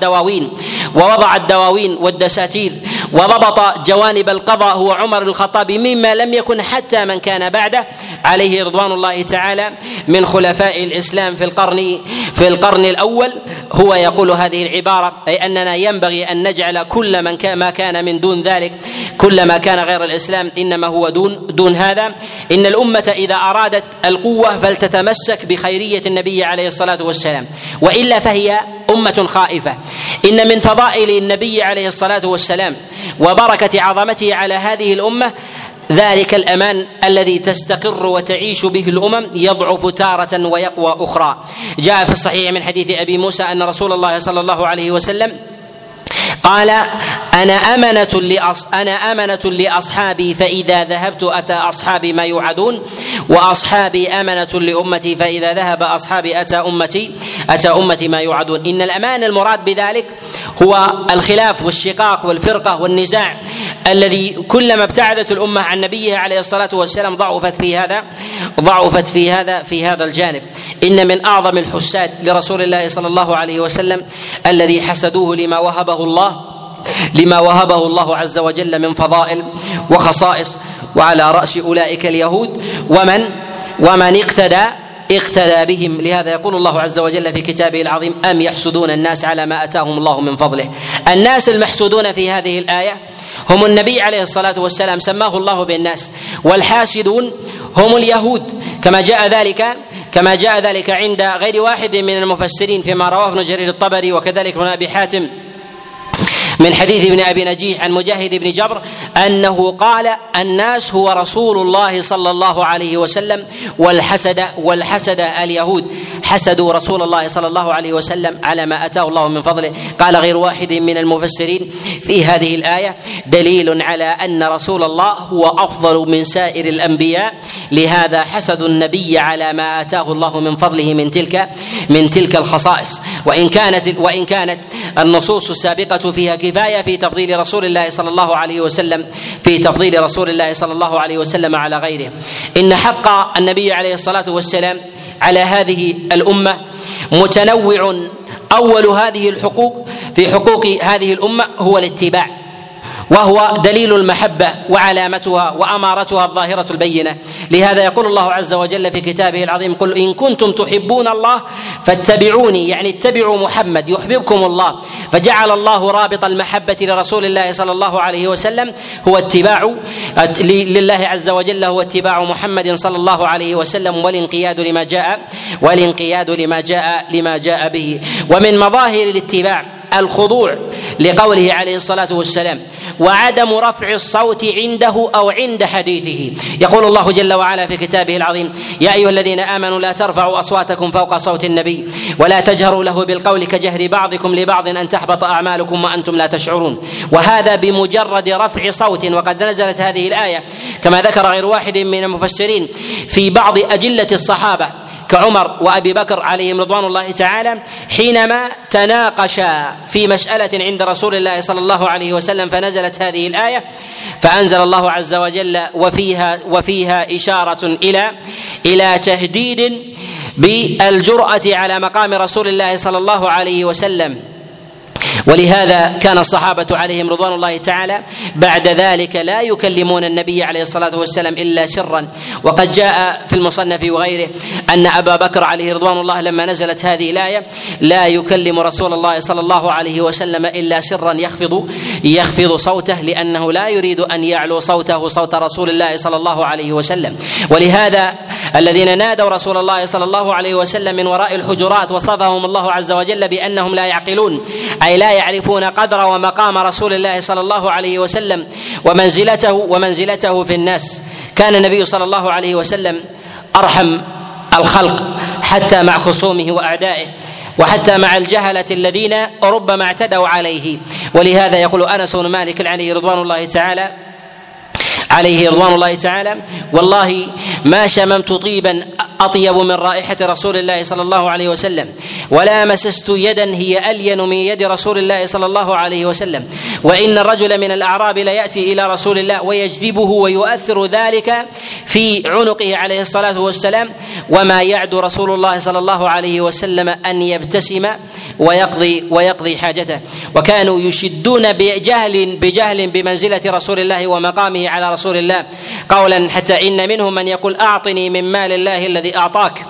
الدواوين والدساتير وضبط جوانب القضاء هو عمر بن الخطاب، مما لم يكن حتى من كان بعده عليه رضوان الله تعالى من خلفاء الإسلام في القرن الأول. هو يقول هذه العبارة، أي أننا ينبغي أن نجعل كل ما كان من دون ذلك، كل ما كان غير الإسلام إنما هو دون هذا. إن الأمة إذا أرادت القوة فلتتمسك بخيرية النبي عليه الصلاة والسلام، وإلا فهي أمة خائفة. إن من فضائل النبي عليه الصلاة والسلام وبركة عظمته على هذه الأمة ذلك الأمان الذي تستقر وتعيش به الأمم، يضعف تارة ويقوى أخرى. جاء في الصحيح من حديث أبي موسى أن رسول الله صلى الله عليه وسلم قال: أنا أمنة لأصحابي، فإذا ذهبت أتى أصحابي ما يوعدون، وأصحابي أمنة لأمتي، فإذا ذهب أصحابي أتى أمتي ما يوعدون. إن الأمان المراد بذلك هو الخلاف والشقاق والفرقة والنزاع الذي كلما ابتعدت الأمة عن نبيها عليه الصلاة والسلام ضعفت في هذا الجانب. إن من أعظم الحساد لرسول الله صلى الله عليه وسلم الذي حسدوه لما وهبه الله عز وجل من فضائل وخصائص، وعلى رأس أولئك اليهود ومن اقتدى بهم. لهذا يقول الله عز وجل في كتابه العظيم: أم يحسدون الناس على ما أتاهم الله من فضله. الناس المحسودون في هذه الآية هم النبي عليه الصلاة والسلام، سماه الله بالناس، والحاسدون هم اليهود، كما جاء ذلك عند غير واحد من المفسرين فيما رواه ابن جرير الطبري وكذلك ابن أبي حاتم من حديث ابن أبي نجيح عن مجاهد بن جبر أنه قال: الناس هو رسول الله صلى الله عليه وسلم والحسد اليهود، حسدوا رسول الله صلى الله عليه وسلم على ما أتاه الله من فضله. قال غير واحد من المفسرين: في هذه الآية دليل على أن رسول الله هو أفضل من سائر الأنبياء، لهذا حسدوا النبي على ما آتاه الله من فضله من تلك الخصائص. وإن كانت النصوص السابقة فيها كفاية في تفضيل رسول الله صلى الله عليه وسلم على غيره. إن حق النبي عليه الصلاة والسلام على هذه الأمة متنوع. أول هذه الحقوق في حقوق هذه الأمة هو الاتباع، وهو دليل المحبة وعلامتها وأمارتها الظاهرة البينة. لهذا يقول الله عز وجل في كتابه العظيم: قل إن كنتم تحبون الله فاتبعوني، يعني اتبعوا محمد يحببكم الله. فجعل الله رابط المحبة لرسول الله صلى الله عليه وسلم هو اتباع لله عز وجل، هو اتباع محمد صلى الله عليه وسلم والانقياد لما جاء به. ومن مظاهر الاتباع الخضوع لقوله عليه الصلاة والسلام، وعدم رفع الصوت عنده أو عند حديثه. يقول الله جل وعلا في كتابه العظيم: يا أيها الذين آمنوا لا ترفعوا أصواتكم فوق صوت النبي ولا تجهروا له بالقول كجهر بعضكم لبعض أن تحبط أعمالكم وأنتم لا تشعرون. وهذا بمجرد رفع صوت. وقد نزلت هذه الآية كما ذكر غير واحد من المفسرين في بعض أجلة الصحابة كعمر وأبي بكر عليهم رضوان الله تعالى، حينما تناقشا في مسألة عند رسول الله صلى الله عليه وسلم، فنزلت هذه الآية، فأنزل الله عز وجل وفيها إشارة إلى تهديد بالجرأة على مقام رسول الله صلى الله عليه وسلم. ولهذا كان الصحابة عليهم رضوان الله تعالى بعد ذلك لا يكلمون النبي عليه الصلاة والسلام إلا سرا. وقد جاء في المصنف وغيره أن أبا بكر عليه رضوان الله لما نزلت هذه الآية لا يكلم رسول الله صلى الله عليه وسلم إلا سرا يخفض صوته، لأنه لا يريد أن يعلو صوته صوت رسول الله صلى الله عليه وسلم. ولهذا الذين نادوا رسول الله صلى الله عليه وسلم من وراء الحجرات وصفهم الله عز وجل بأنهم لا يعقلون، أي لا يعرفون قدر ومقام رسول الله صلى الله عليه وسلم ومنزلته في الناس. كان النبي صلى الله عليه وسلم أرحم الخلق حتى مع خصومه وأعدائه، وحتى مع الجهلة الذين ربما اعتدوا عليه. ولهذا يقول أنس بن مالك عليه رضوان الله تعالى: والله ما شممت طيبا أطيب من رائحة رسول الله صلى الله عليه وسلم، ولا مسست يدا هي ألين من يد رسول الله صلى الله عليه وسلم. وإن الرجل من الأعراب ليأتي إلى رسول الله ويجذبه ويؤثر ذلك في عنقه عليه الصلاة والسلام، وما يعد رسول الله صلى الله عليه وسلم أن يبتسم ويقضي حاجته. وكانوا يشدون بجهل بمنزلة رسول الله ومقامه على رسول الله قولا، حتى إن منهم من يقول: أعطني من مال الله الذي أعطاك،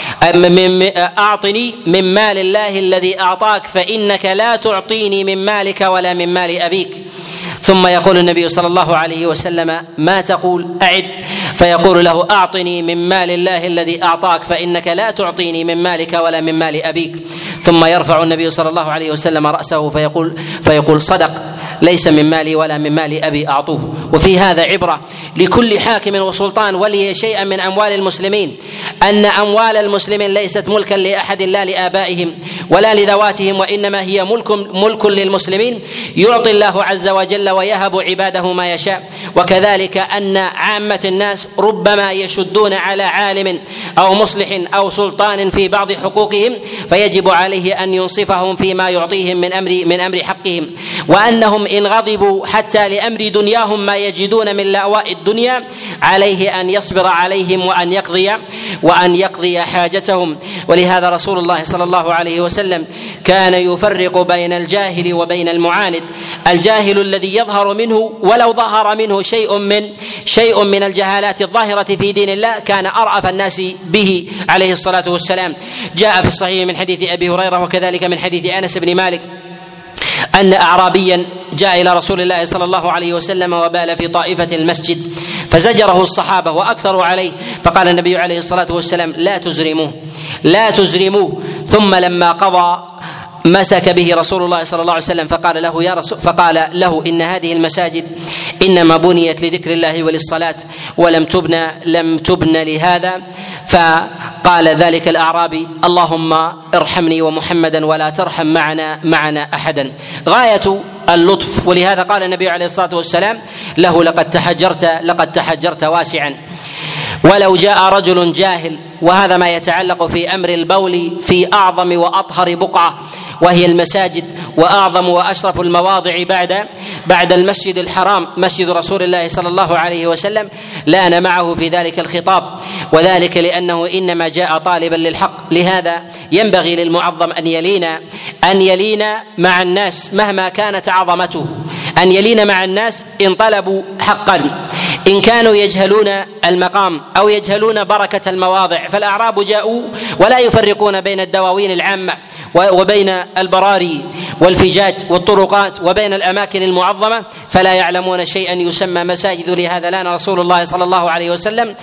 أعطني من مال الله الذي أعطاك، فإنك لا تعطيني من مالك ولا من مال أبيك. ثم يقول النبي صلى الله عليه وسلم: ما تقول؟ أعد. فيقول له: أعطني من مال الله الذي أعطاك، فإنك لا تعطيني من مالك ولا من مال أبيك. ثم يرفع النبي صلى الله عليه وسلم رأسه فيقول: صدق، ليس من مالي ولا من مال أبي أعطوه. وفي هذا عبرة لكل حاكم وسلطان ولي شيئا من أموال المسلمين، أن أموال المسلمين ليست ملكا لأحد لا لآبائهم ولا لذواتهم، وإنما هي ملك للمسلمين يعطي الله عز وجل ويهب عباده ما يشاء. وكذلك أن عامة الناس ربما يشدون على عالم أو مصلح أو سلطان في بعض حقوقهم، فيجب عليه أن ينصفهم فيما يعطيهم من أمر حقهم، وأنهم إن غضبوا حتى لأمر دنياهم ما يجدون من لأواء الدنيا عليه أن يصبر عليهم وأن يقضي حاجتهم. ولهذا رسول الله صلى الله عليه وسلم كان يفرق بين الجاهل وبين المعاند. الجاهل الذي يظهر منه ولو ظهر منه شيء من الجهالات الظاهرة في دين الله كان أرأف الناس به عليه الصلاة والسلام. جاء في الصحيح من حديث أبي هريرة وكذلك من حديث أنس بن مالك أن أعرابيا جاء إلى رسول الله صلى الله عليه وسلم وبال في طائفة المسجد، فزجره الصحابة وأكثروا عليه، فقال النبي عليه الصلاة والسلام: لا تزرموه. ثم لما قضى مسك به رسول الله صلى الله عليه وسلم فقال له إن هذه المساجد إنما بنيت لذكر الله وللصلاة لم تبن لهذا. فقال ذلك الأعرابي: اللهم ارحمني ومحمدا ولا ترحم معنا أحدا. غاية اللطف. ولهذا قال النبي عليه الصلاة والسلام له: لقد تحجرت واسعا. ولو جاء رجل جاهل، وهذا ما يتعلق في أمر البول في أعظم وأطهر بقعة وهي المساجد، وأعظم وأشرف المواضع بعد المسجد الحرام مسجد رسول الله صلى الله عليه وسلم، لان معه في ذلك الخطاب، وذلك لأنه إنما جاء طالبا للحق. لهذا ينبغي للمعظم أن يلين مع الناس مهما كانت عظمته، أن يلين مع الناس إن طلبوا حقا، إن كانوا يجهلون المقام أو يجهلون بركة المواضع. فالأعراب جاءوا ولا يفرقون بين الدواوين العامة وبين البراري والفجاج والطرقات وبين الأماكن المعظمة، فلا يعلمون شيئا يسمى مساجد. لهذا لان رسول الله صلى الله عليه وسلم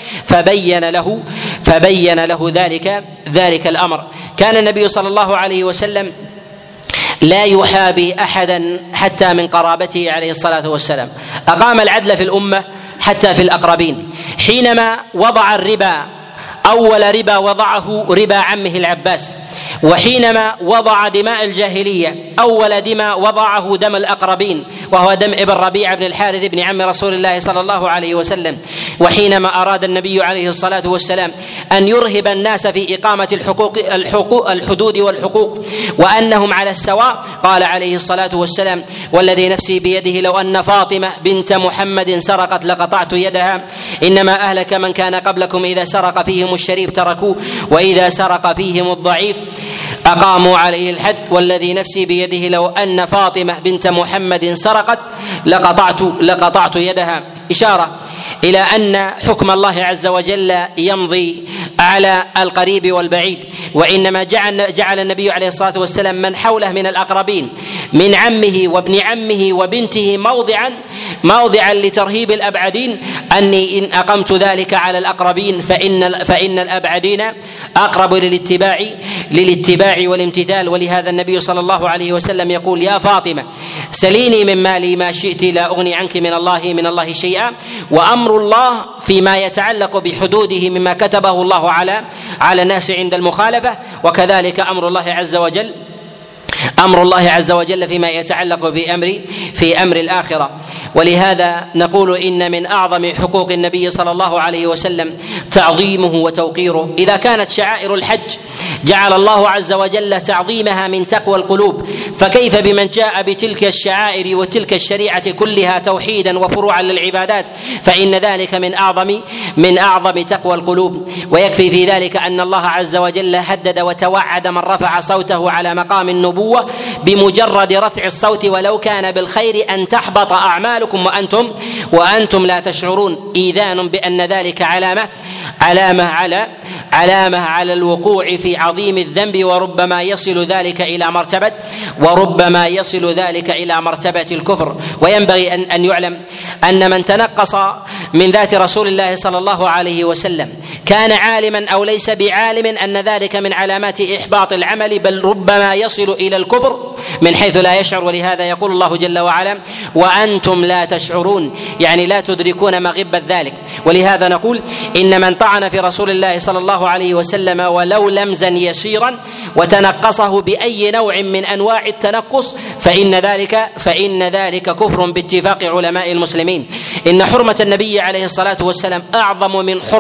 فبين له ذلك الأمر. كان النبي صلى الله عليه وسلم لا يحابي أحدا حتى من قرابته عليه الصلاة والسلام. أقام العدل في الأمة حتى في الأقربين. حينما وضع الربا، أول ربا وضعه ربا عمه العباس، وحينما وضع دماء الجاهلية أول دماء وضعه دم الأقربين وهو دم ابن ربيعة بن الحارث بن عم رسول الله صلى الله عليه وسلم. وحينما أراد النبي عليه الصلاة والسلام أن يرهب الناس في إقامة الحدود والحقوق وأنهم على السواء، قال عليه الصلاة والسلام: والذي نفسي بيده لو أن فاطمة بنت محمد سرقت لقطعت يدها، إنما أهلك من كان قبلكم إذا سرق فيهم الشريف تركوه وإذا سرق فيهم الضعيف أقاموا عليه الحد، والذي نفسي بيده لو أن فاطمة بنت محمد سرقت لقطعت يدها. إشارة إلى أن حكم الله عز وجل يمضي على القريب والبعيد، وإنما جعل النبي عليه الصلاة والسلام من حوله من الأقربين من عمه وابن عمه وبنته موضعا لترهيب الأبعدين، أني إن أقمت ذلك على الأقربين فإن الأبعدين أقرب للاتباع والامتثال. ولهذا النبي صلى الله عليه وسلم يقول: يا فاطمة سليني من مالي ما شئت لا أغني عنك من الله شيئا. وأمر الله فيما يتعلق بحدوده مما كتبه الله على الناس عند المخالفة، وكذلك أمر الله عز وجل فيما يتعلق في أمر الآخرة. ولهذا نقول إن من أعظم حقوق النبي صلى الله عليه وسلم تعظيمه وتوقيره. إذا كانت شعائر الحج جعل الله عز وجل تعظيمها من تقوى القلوب، فكيف بمن جاء بتلك الشعائر وتلك الشريعة كلها توحيدا وفروعا للعبادات، فإن ذلك من أعظم تقوى القلوب. ويكفي في ذلك أن الله عز وجل هدد وتوعد من رفع صوته على مقام النبوة بمجرد رفع الصوت ولو كان بالخير أن تحبط أعمالكم وأنتم لا تشعرون، إيذان بأن ذلك علامة على الوقوع في عظيم الذنب، وربما يصل ذلك إلى مرتبة الكفر. وينبغي أن يعلم أن من تنقص من ذات رسول الله صلى الله عليه وسلم كان عالما أو ليس بعالم أن ذلك من علامات إحباط العمل، بل ربما يصل إلى الكفر من حيث لا يشعر. ولهذا يقول الله جل وعلا: وأنتم لا تشعرون، يعني لا تدركون مغبة ذلك. ولهذا نقول إن من طعن في رسول الله صلى الله عليه وسلم ولو لمزا يسيرا وتنقصه بأي نوع من أنواع التنقص فإن ذلك كفر باتفاق علماء المسلمين. إن حرمة النبي عليه الصلاة والسلام أعظم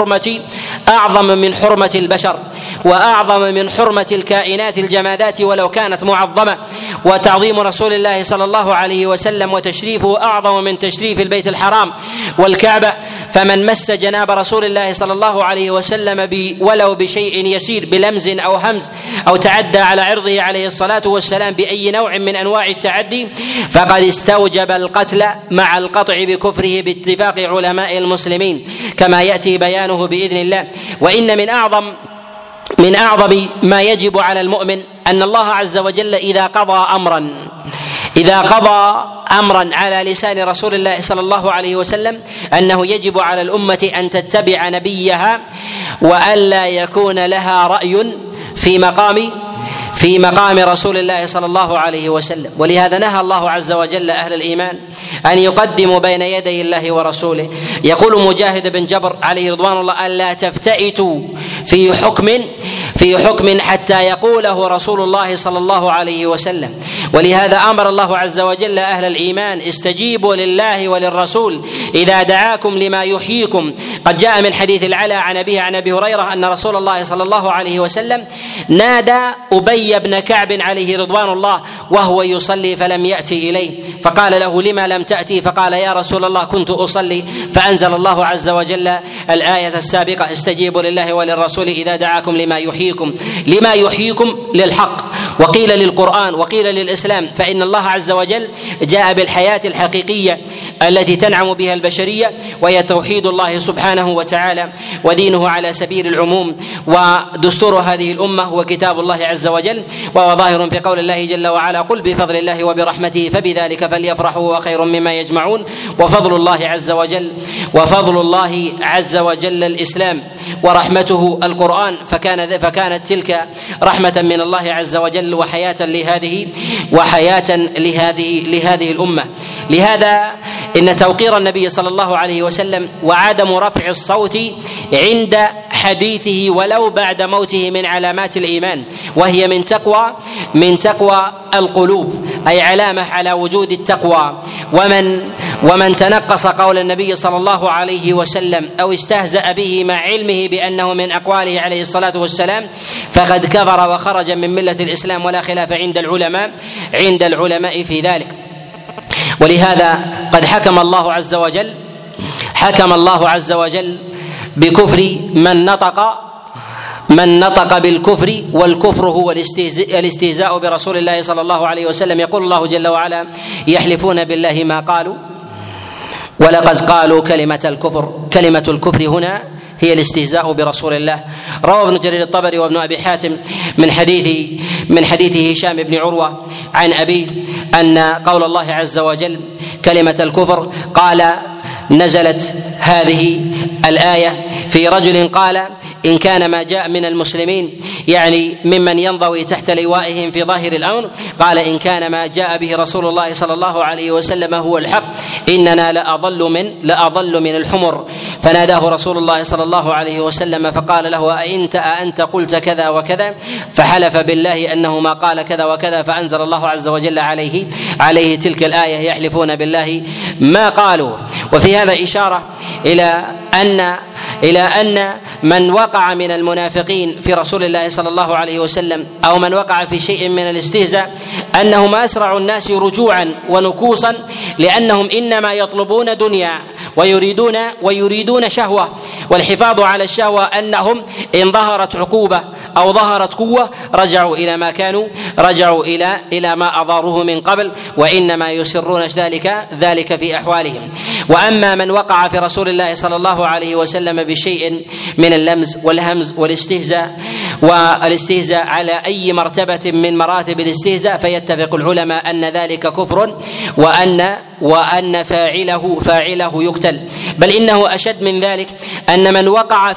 من حرمة البشر، وأعظم من حرمة الكائنات الجمادات ولو كانت معظمة. وتعظيم رسول الله صلى الله عليه وسلم وتشريفه أعظم من تشريف البيت الحرام والكعبة. فمن مس جناب رسول الله صلى الله عليه وسلم ولو بشيء يسير بلمز أو همز أو تعدى على عرضه عليه الصلاة والسلام بأي نوع من أنواع التعدي فقد استوجب القتل مع القطع بكفره باتفاق علماء المسلمين، كما يأتي بيانه بإذن الله. وإن من أعظم ما يجب على المؤمن أن الله عز وجل إذا قضى أمرا على لسان رسول الله صلى الله عليه وسلم أنه يجب على الأمة أن تتبع نبيها وألا يكون لها رأي في مقام رسول الله صلى الله عليه وسلم. ولهذا نهى الله عز وجل أهل الإيمان أن يقدموا بين يدي الله ورسوله. يقول مجاهد بن جبر عليه رضوان الله: ألا تفتئتوا في حكم حتى يقوله رسول الله صلى الله عليه وسلم. ولهذا أمر الله عز وجل أهل الإيمان: استجيبوا لله وللرسول إذا دعاكم لما يحييكم. قد جاء من حديث العلا عن أبيه عن أبي هريرة أن رسول الله صلى الله عليه وسلم نادى أبي بن كعب عليه رضوان الله وهو يصلي فلم يأتي إليه، فقال له: لما لم تأتي؟ فقال: يا رسول الله كنت أصلي. فأنزل الله عز وجل الآية السابقة: استجيبوا لله وللرسول إذا دعاكم لما يحييكم للحق، وقيل للقرآن، وقيل للإسلام، فإن الله عز وجل جاء بالحياة الحقيقية التي تنعم بها البشرية، وهي توحيد الله سبحانه وتعالى ودينه على سبيل العموم. ودستور هذه الأمة هو كتاب الله عز وجل، وهو ظاهر في قول الله جل وعلا: قل بفضل الله وبرحمته فبذلك فليفرحوا وخير مما يجمعون. وفضل الله عز وجل الإسلام، ورحمته القرآن، فكانت تلك رحمة من الله عز وجل وحياة لهذه الأمة. لهذا إن توقير النبي صلى الله عليه وسلم وعدم رفع الصوت عند حديثه ولو بعد موته من علامات الإيمان، وهي من تقوى القلوب، أي علامة على وجود التقوى. ومن تنقص قول النبي صلى الله عليه وسلم أو استهزأ به مع علمه بأنه من أقواله عليه الصلاة والسلام فقد كفر وخرج من ملة الإسلام، ولا خلاف عند العلماء في ذلك. ولهذا قد حكم الله عز وجل بكفر من نطق بالكفر، والكفر هو الاستهزاء برسول الله صلى الله عليه وسلم. يقول الله جل وعلا: يحلفون بالله ما قالوا ولقد قالوا كلمة الكفر هنا هي الاستهزاء برسول الله. روى ابن جرير الطبري وابن أبي حاتم من حديث هشام بن عروة عن أبيه أن قول الله عز وجل كلمة الكفر قال: نزلت هذه الآية في رجل قال: إن كان ما جاء من المسلمين، يعني ممن ينضوي تحت لوائهم في ظاهر الأمر، قال: إن كان ما جاء به رسول الله صلى الله عليه وسلم هو الحق إننا لأضل من الحمر. فناداه رسول الله صلى الله عليه وسلم فقال له: أأنت قلت كذا وكذا؟ فحلف بالله أنه ما قال كذا وكذا، فأنزل الله عز وجل عليه تلك الآية: يحلفون بالله ما قالوا. وفي هذا إشارة إلى أن من وقع من المنافقين في رسول الله صلى الله عليه وسلم أو من وقع في شيء من الاستهزاء أنهم أسرع الناس رجوعا ونكوصا، لأنهم إنما يطلبون دنيا ويريدون شهوة، والحفاظ على الشهوة أنهم إن ظهرت عقوبة أو ظهرت قوة رجعوا إلى ما أضاروه من قبل، وإنما يسرون ذلك في أحوالهم. وأما من وقع في رسول الله صلى الله عليه وسلم بشيء من اللمز والهمز والاستهزاء على أي مرتبة من مراتب الاستهزاء، فيتفق العلماء أن ذلك كفر، وأن فاعله يقتل. بل إنه أشد من ذلك، أن من وقع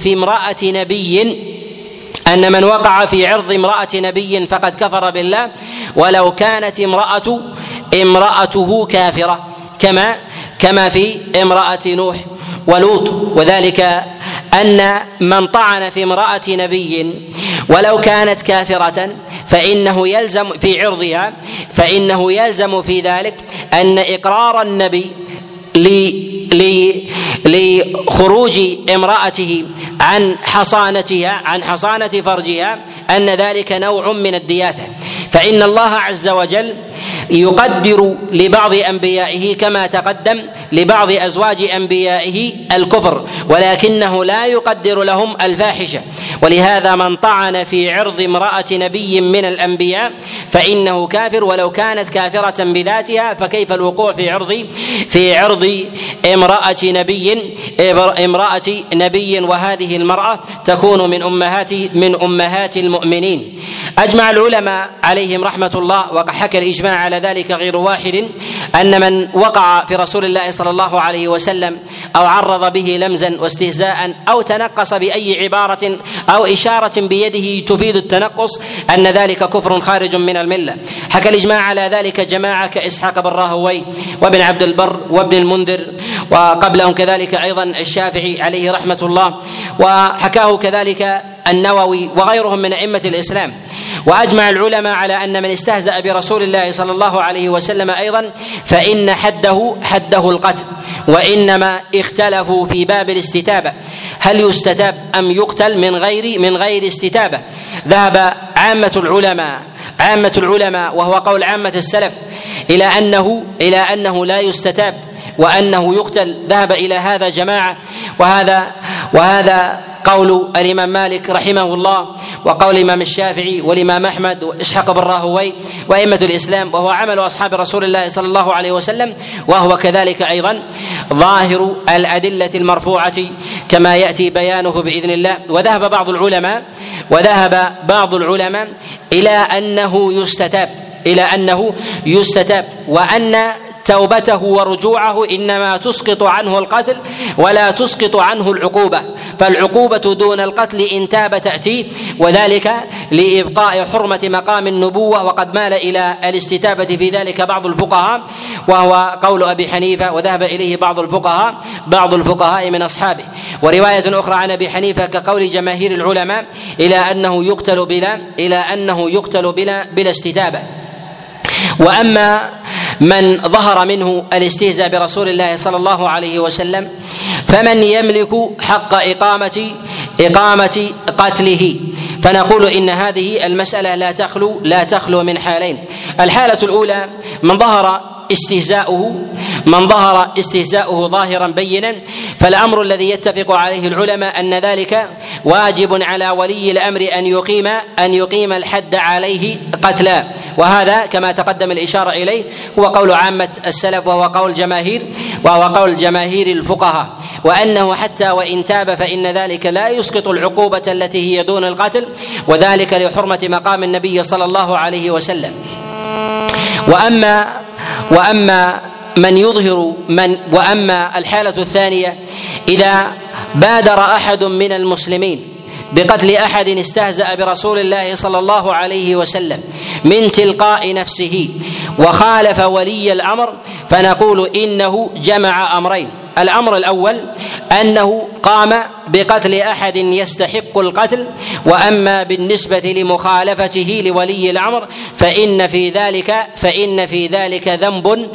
في عرض امرأة نبي فقد كفر بالله، ولو كانت امرأته كافرة، كما في امرأة نوح ولوط. وذلك أن من طعن في امرأة نبي ولو كانت كافرة فإنه يلزم في عرضها، فإنه يلزم في ذلك أن إقرار النبي لخروج امرأته عن حصانة فرجها أن ذلك نوع من الدياثة. فإن الله عز وجل يقدر لبعض أنبيائه كما تقدم لبعض أزواج أنبيائه الكفر، ولكنه لا يقدر لهم الفاحشة. ولهذا من طعن في عرض امرأة نبي من الأنبياء فإنه كافر ولو كانت كافرة بذاتها، فكيف الوقوع في عرض امرأة نبي وهذه المرأة تكون من أمهات المؤمنين. أجمع العلماء عليهم رحمة الله، وحكى الإجماع على ذلك غير واحد، أن من وقع في رسول الله صلى الله عليه وسلم أو عرض به لمزا واستهزاء أو تنقص بأي عبارة أو إشارة بيده تفيد التنقص أن ذلك كفر خارج من الملة. حكى الإجماع على ذلك جماعة كإسحاق بن راهوي وابن عبد البر وابن المنذر، وقبلهم كذلك أيضا الشافعي عليه رحمة الله، وحكاه كذلك النووي وغيرهم من أئمة الإسلام. وأجمع العلماء على أن من استهزأ برسول الله صلى الله عليه وسلم أيضا فإن حده القتل، وإنما اختلفوا في باب الاستتابة، هل يستتاب أم يقتل من غير استتابة. ذهب عامة العلماء وهو قول عامة السلف إلى أنه لا يستتاب وأنه يقتل، ذهب إلى هذا جماعة، وهذا قول الإمام مالك رحمه الله، وقول الإمام الشافعي والإمام أحمد وإسحاق بن راهوي وأئمة الإسلام، وهو عمل أصحاب رسول الله صلى الله عليه وسلم، وهو كذلك أيضا ظاهر الأدلة المرفوعة كما يأتي بيانه بإذن الله. وذهب بعض العلماء إلى أنه يستتاب، وأن توبته ورجوعه إنما تسقط عنه القتل ولا تسقط عنه العقوبة، فالعقوبة دون القتل إن تاب تأتي، وذلك لإبقاء حرمة مقام النبوة. وقد مال إلى الاستتابة في ذلك بعض الفقهاء، وهو قول أبي حنيفة، وذهب إليه بعض الفقهاء من أصحابه. ورواية أخرى عن أبي حنيفة كقول جماهير العلماء إلى أنه يقتل بلا استتابة. وأما من ظهر منه الاستهزاء برسول الله صلى الله عليه وسلم فمن يملك حق إقامة قتله، فنقول إن هذه المسألة لا تخلو من حالين. الحالة الأولى من ظهر استهزاؤه ظاهرا بينا، فالأمر الذي يتفق عليه العلماء أن ذلك واجب على ولي الأمر أن يقيم الحد عليه قتلا، وهذا كما تقدم الإشارة إليه هو قول عامة السلف، وهو قول جماهير الفقهاء، وأنه حتى وإن تاب فإن ذلك لا يسقط العقوبة التي هي دون القتل، وذلك لحرمة مقام النبي صلى الله عليه وسلم. وأما الحالة الثانية إذا بادر أحد من المسلمين بقتل أحد استهزأ برسول الله صلى الله عليه وسلم من تلقاء نفسه وخالف ولي الأمر، فنقول إنه جمع أمرين: الأمر الأول أنه قام بقتل أحد يستحق القتل، وأما بالنسبة لمخالفته لولي الأمر فإن في ذلك ذنب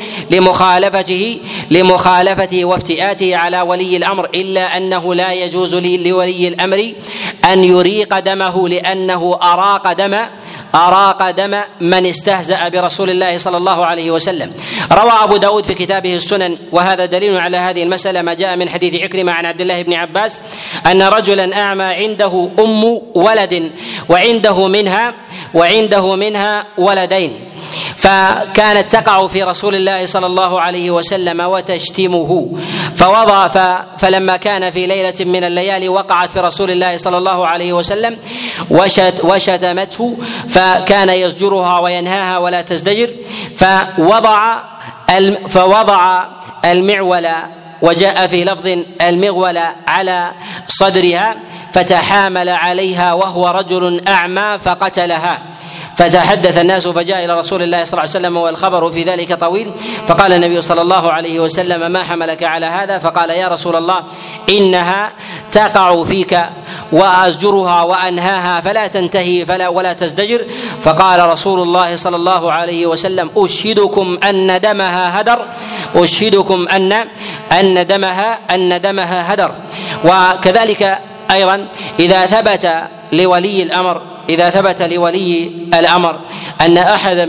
لمخالفته وافتئاته على ولي الأمر، إلا أنه لا يجوز لولي الأمر أن يريق دمه، لأنه أراق دم من استهزأ برسول الله صلى الله عليه وسلم. روى أبو داود في كتابه السنن، وهذا دليل على هذه المسألة، ما جاء من حديث عكرمة عن عبد الله بن عباس أن رجلا أعمى عنده أم ولد وعنده منها ولدين، فكانت تقع في رسول الله صلى الله عليه وسلم وتشتمه، فلما كان في ليلة من الليالي وقعت في رسول الله صلى الله عليه وسلم وشتمته، فكان يزجرها وينهاها ولا تزدجر، فوضع المعول، وجاء في لفظ المغول على صدرها، فتحامل عليها وهو رجل أعمى فقتلها. فتحدث الناس فجاء إلى رسول الله صلى الله عليه وسلم والخبر في ذلك طويل، فقال النبي صلى الله عليه وسلم: ما حملك على هذا؟ فقال: يا رسول الله إنها تقع فيك وأزجرها وأنهاها فلا تنتهي ولا تزدجر. فقال رسول الله صلى الله عليه وسلم: أشهدكم أن دمها هدر. وكذلك أيضا إذا ثبت لولي الأمر أن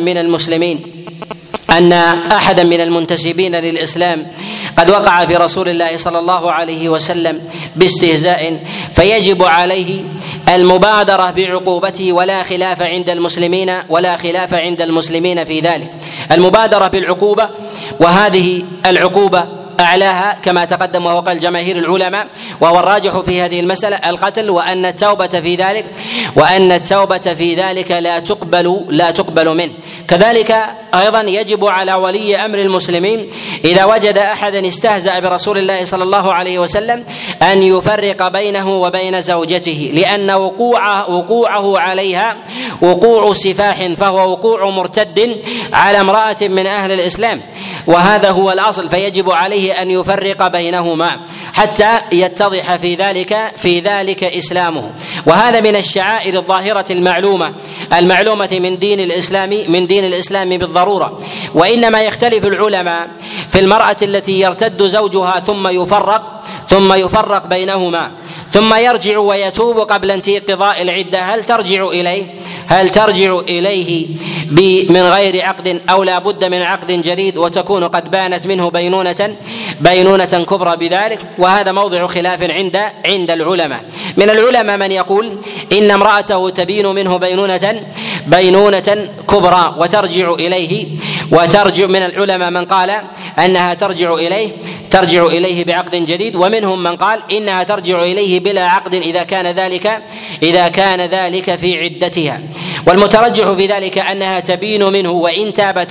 أحدا من المنتسبين للإسلام قد وقع في رسول الله صلى الله عليه وسلم باستهزاء، فيجب عليه المبادرة بعقوبته ولا خلاف عند المسلمين في ذلك. المبادرة بالعقوبة، وهذه العقوبة أعلاها كما تقدم وهو قال جماهير العلماء، وهو الراجح في هذه المسألة القتل، وأن التوبة في ذلك لا تقبل منه. كذلك أيضا يجب على ولي أمر المسلمين إذا وجد أحدا استهزأ برسول الله صلى الله عليه وسلم أن يفرق بينه وبين زوجته، لأن وقوعه عليها وقوع سفاح، فهو وقوع مرتد على امرأة من أهل الإسلام، وهذا هو الأصل، فيجب عليه أن يفرق بينهما حتى يتضح في ذلك إسلامه. وهذا من الشعائر الظاهرة المعلومة من دين الإسلام بالضرورة. وإنما يختلف العلماء في المرأة التي يرتد زوجها ثم يفرق بينهما ثم يرجع ويتوب قبل انقضاء العدة، هل ترجع إليه من غير عقد أو لا بد من عقد جديد وتكون قد بانت منه بينونة كبرى بذلك؟ وهذا موضع خلاف عند العلماء. من العلماء من يقول إن امرأته تبين منه بينونة كبرى وترجع إليه، من العلماء من قال أنها ترجع إليه بعقد جديد، ومنهم من قال إنها ترجع إليه بلا عقد إذا كان ذلك في عدتها. والمترجح في ذلك أنها تبين منه، وإن تاب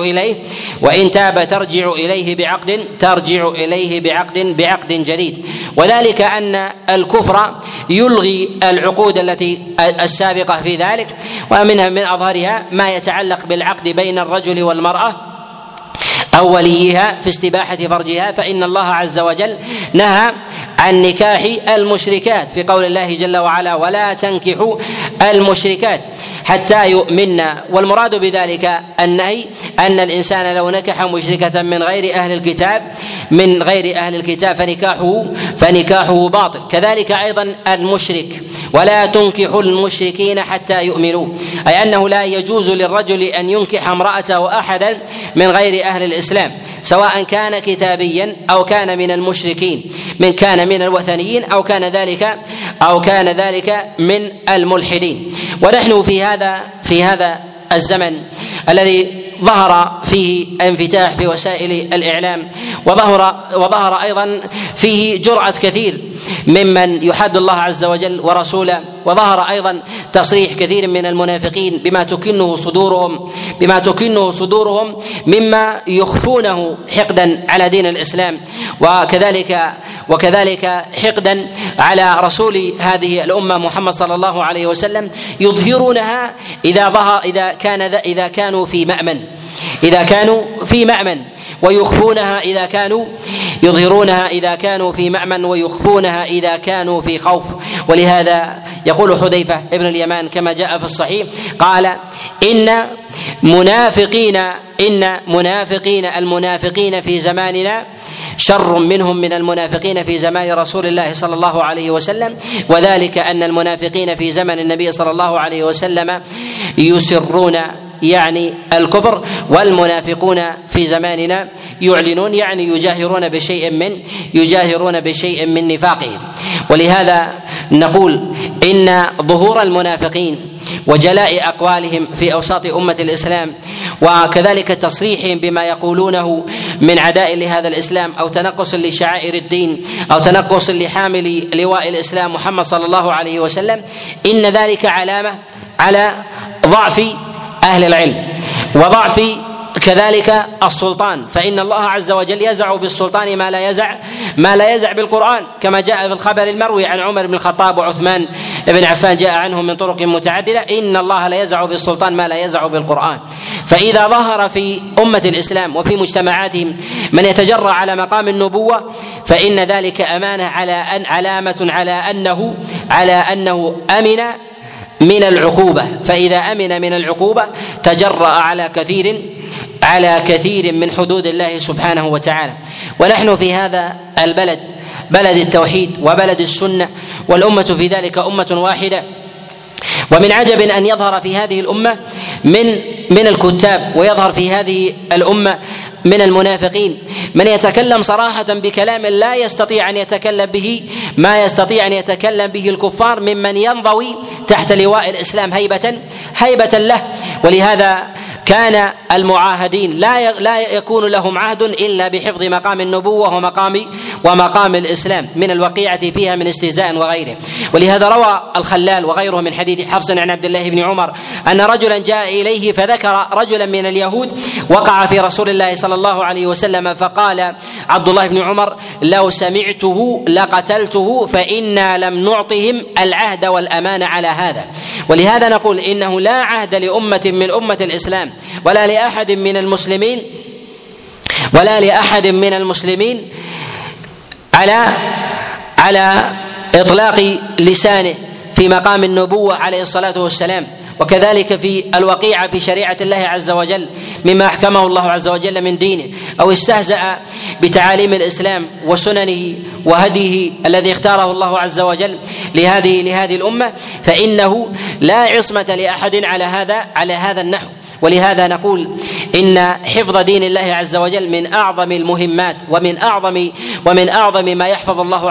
ترجع إليه بعقد جديد. وذلك أن الكفر يلغي العقود التي السابقة في ذلك، ومنها من أظهرها ما يتعلق بالعقد بين الرجل والمرأة أو وليها في استباحة فرجها، فإن الله عز وجل نهى عن نكاح المشركات في قول الله جل وعلا: ولا تنكحوا المشركات حتى يؤمننا. والمراد بذلك النهي أن الإنسان لو نكح مشركة من غير أهل الكتاب فنكاحه باطل. كذلك أيضا المشرك: ولا تنكحوا المشركين حتى يؤمنوا، أي أنه لا يجوز للرجل أن ينكح امرأته أحدا من غير أهل الإسلام، سواء كان كتابيا أو كان من المشركين، كان من الوثنيين أو كان ذلك من الملحدين. ونحن في هذا الزمن الذي ظهر فيه انفتاح في وسائل الإعلام، وظهر أيضا فيه جرأة كثير ممن يحد الله عز وجل ورسوله، وظهر أيضا تصريح كثير من المنافقين بما تكنه صدورهم مما يخفونه حقدا على دين الإسلام، وكذلك حقدا على رسول هذه الأمة محمد صلى الله عليه وسلم، يظهرونها إذا كانوا في مأمن ويخفونها يظهرونها إذا كانوا في مأمن ويخفونها إذا كانوا في خوف. ولهذا يقول حذيفة ابن اليمان كما جاء في الصحيح قال: إن المنافقين في زماننا شر منهم من المنافقين في زمان رسول الله صلى الله عليه وسلم، وذلك أن المنافقين في زمن النبي صلى الله عليه وسلم يسرون يعني الكفر، والمنافقون في زماننا يعلنون يعني يجاهرون بشيء من نفاقهم. ولهذا نقول إن ظهور المنافقين وجلاء أقوالهم في أوساط أمة الإسلام، وكذلك تصريحهم بما يقولونه من عداء لهذا الإسلام أو تنقص لشعائر الدين أو تنقص لحامل لواء الإسلام محمد صلى الله عليه وسلم، إن ذلك علامة على ضعف أهل العلم وضعف كذلك السلطان، فإن الله عز وجل يزع بالسلطان ما لا يزع بالقرآن، كما جاء في الخبر المروي عن عمر بن الخطاب وعثمان بن عفان جاء عنهم من طرق متعددة: إن الله لا يزع بالسلطان ما لا يزع بالقرآن. فإذا ظهر في أمة الإسلام وفي مجتمعاتهم من يتجرأ على مقام النبوة، فإن ذلك علامة على أنه أمن من العقوبة، فإذا أمن من العقوبة تجرأ على كثير من حدود الله سبحانه وتعالى. ونحن في هذا البلد، بلد التوحيد وبلد السنة، والأمة في ذلك أمة واحدة، ومن عجب أن يظهر في هذه الأمة من الكتاب، ويظهر في هذه الأمة من المنافقين من يتكلم صراحة بكلام لا يستطيع أن يتكلم به ما يستطيع أن يتكلم به الكفار، ممن ينضوي تحت لواء الإسلام هيبة له. ولهذا كان المعاهدين لا يكون لهم عهد إلا بحفظ مقام النبوة ومقام الإسلام من الوقيعة فيها من استهزاء وغيره. ولهذا روى الخلال وغيره من حديث حفص عن عبد الله بن عمر أن رجلا جاء إليه فذكر رجلا من اليهود وقع في رسول الله صلى الله عليه وسلم، فقال عبد الله بن عمر: لو سمعته لقتلته، فإنا لم نعطهم العهد والأمان على هذا. ولهذا نقول إنه لا عهد لأمة من أمة الإسلام ولا لأحد من المسلمين على إطلاق لسانه في مقام النبوة عليه الصلاة والسلام، وكذلك في الوقيعة في شريعة الله عز وجل مما أحكمه الله عز وجل من دينه، أو استهزأ بتعاليم الإسلام وسننه وهديه الذي اختاره الله عز وجل لهذه الأمة، فإنه لا عصمة لأحد على هذا النحو. ولهذا نقول إن حفظ دين الله عز وجل من أعظم المهمات ومن أعظم ما يحفظ الله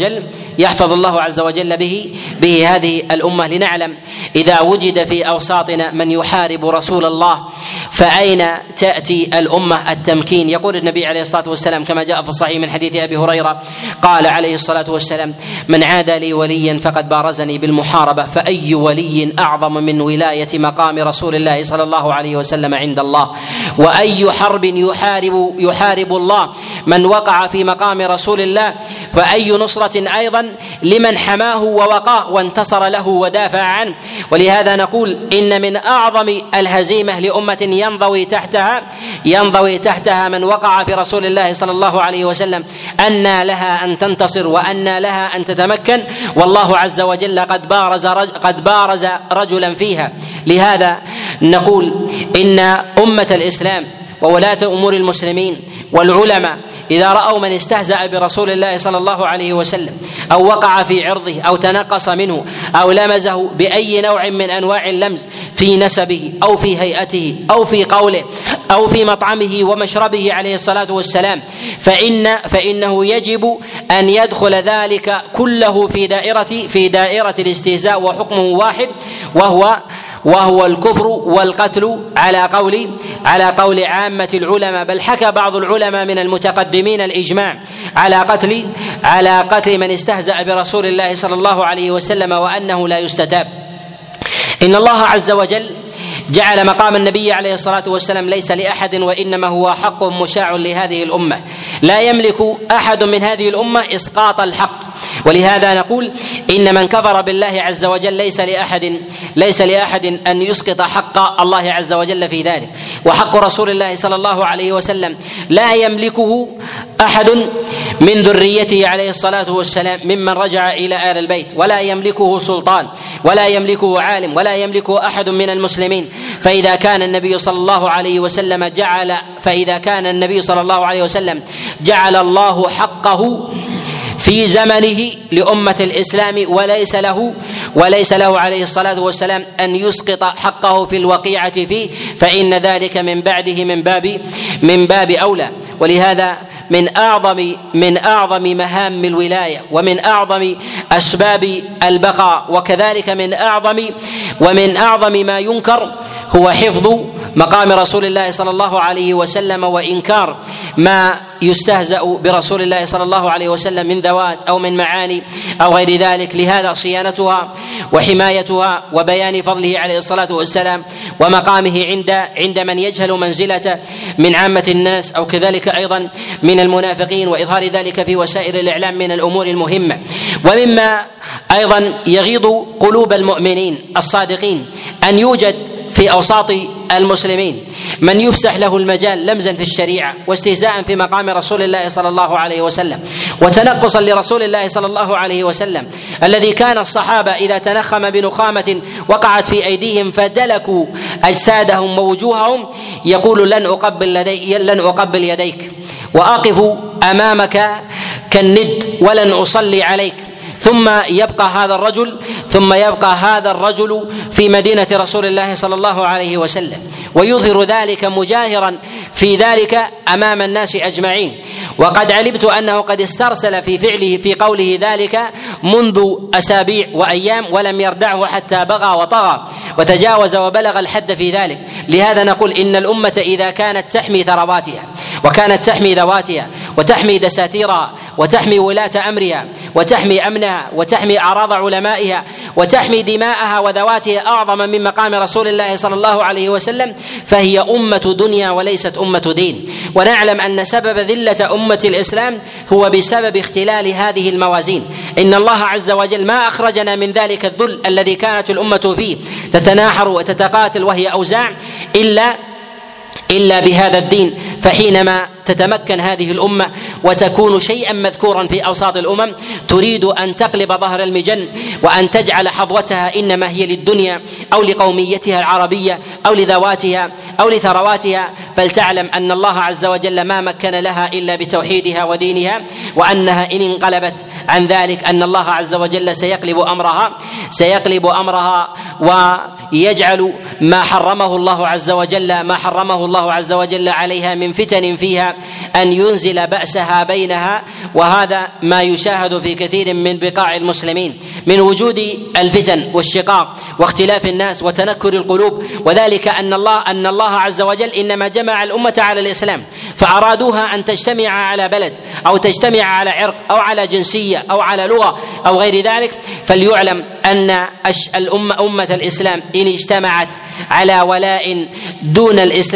عز وجل به هذه الأمة. لنعلم إذا وجد في أوساطنا من يحارب رسول الله فأين تأتي الأمة التمكين؟ يقول النبي عليه الصلاة والسلام كما جاء في الصحيح من حديث أبي هريرة قال عليه الصلاة والسلام: من عادى لي وليا فقد بارزني بالمحاربة، فأي ولي أعظم من ولاية مقام رسول الله صلى الله عليه وسلم عند الله؟ وأي حرب يحارب الله من وقع في مقام رسول الله؟ فأي نصرة أيضا لمن حماه ووقاه وانتصر له ودافع عنه؟ ولهذا نقول إن من أعظم الهزيمة لأمة ينضوي تحتها من وقع في رسول الله صلى الله عليه وسلم أن لها أن تنتصر وأن لها أن تتمكن، والله عز وجل قد بارز رجلا فيها. لهذا نقول إن أمة الإسلام وولاة أمور المسلمين والعلماء إذا رأوا من استهزأ برسول الله صلى الله عليه وسلم أو وقع في عرضه أو تنقص منه أو لمزه بأي نوع من أنواع اللمز في نسبه أو في هيئته أو في قوله أو في مطعمه ومشربه عليه الصلاة والسلام، فإنه يجب أن يدخل ذلك كله في دائرة الاستهزاء، وحكمه واحد وهو الكفر والقتل على قول عامة العلماء. بل حكى بعض العلماء من المتقدمين الإجماع على قتل من استهزأ برسول الله صلى الله عليه وسلم وأنه لا يستتاب. إن الله عز وجل جعل مقام النبي عليه الصلاة والسلام ليس لأحد، وإنما هو حق مشاع لهذه الأمة، لا يملك أحد من هذه الأمة إسقاط الحق. ولهذا نقول إن من كفر بالله عز وجل ليس لأحد أن يسقط حق الله عز وجل في ذلك، وحق رسول الله صلى الله عليه وسلم لا يملكه أحد من ذريته عليه الصلاة والسلام ممن رجع إلى آل البيت، ولا يملكه سلطان ولا يملكه عالم ولا يملكه أحد من المسلمين. فإذا كان النبي صلى الله عليه وسلم جعل الله حقه في زمنه لأمة الإسلام وليس له عليه الصلاة والسلام أن يسقط حقه في الوقيعة فيه، فإن ذلك من بعده من باب أولى. ولهذا من أعظم مهام الولاية ومن أعظم أسباب البقاء، وكذلك من أعظم ما ينكر هو حفظ مقام رسول الله صلى الله عليه وسلم وإنكار ما يستهزأ برسول الله صلى الله عليه وسلم من ذوات أو من معاني أو غير ذلك. لهذا صيانتها وحمايتها وبيان فضله عليه الصلاة والسلام ومقامه عند من يجهل منزلته من عامة الناس أو كذلك أيضا من المنافقين، وإظهار ذلك في وسائل الإعلام من الأمور المهمة. ومما أيضا يغيض قلوب المؤمنين الصادقين أن يوجد في أوساط المسلمين من يفسح له المجال لمزا في الشريعة واستهزاء في مقام رسول الله صلى الله عليه وسلم وتنقصا لرسول الله صلى الله عليه وسلم، الذي كان الصحابة إذا تنخم بنخامة وقعت في أيديهم فدلكوا أجسادهم ووجوههم يقول لن أقبل يديك وأقف أمامك كالند ولن أصلي عليك. ثم يبقى هذا الرجل في مدينة رسول الله صلى الله عليه وسلم ويظهر ذلك مجاهرا في ذلك أمام الناس أجمعين، وقد علمت أنه قد استرسل في فعله في قوله ذلك منذ أسابيع وأيام ولم يردعه حتى بغى وطغى وتجاوز وبلغ الحد في ذلك. لهذا نقول إن الأمة إذا كانت تحمي ثرواتها وكانت تحمي ذواتها وتحمي دساتيرها وتحمي ولاة أمرها وتحمي أمنها وتحمي أعراض علمائها وتحمي دماءها وذواتها أعظم من مقام رسول الله صلى الله عليه وسلم، فهي أمة دنيا وليست أمة دين. ونعلم أن سبب ذلة أمة الإسلام هو بسبب اختلال هذه الموازين. إن الله عز وجل ما أخرجنا من ذلك الذل الذي كانت الأمة فيه تتناحر وتتقاتل وهي أوزاع إلا بهذا الدين. فحينما تتمكن هذه الأمة وتكون شيئا مذكورا في أوساط الأمم تريد أن تقلب ظهر المجن وأن تجعل حظوتها إنما هي للدنيا أو لقوميتها العربية أو لذواتها أو لثرواتها، فلتعلم أن الله عز وجل ما مكن لها إلا بتوحيدها ودينها، وأنها إن انقلبت عن ذلك أن الله عز وجل سيقلب أمرها ويجعل ما حرمه الله عز وجل عليها من فتن فيها أن ينزل بأسها بينها. وهذا ما يشاهد في كثير من بقاع المسلمين من وجود الفتن والشقاق واختلاف الناس وتنكر القلوب، وذلك أن الله عز وجل إنما جمع الأمة على الإسلام، فأرادوها أن تجتمع على بلد أو تجتمع على عرق أو على جنسية أو على لغة أو غير ذلك. فليعلم أن أمة الإسلام إن اجتمعت على ولاء دون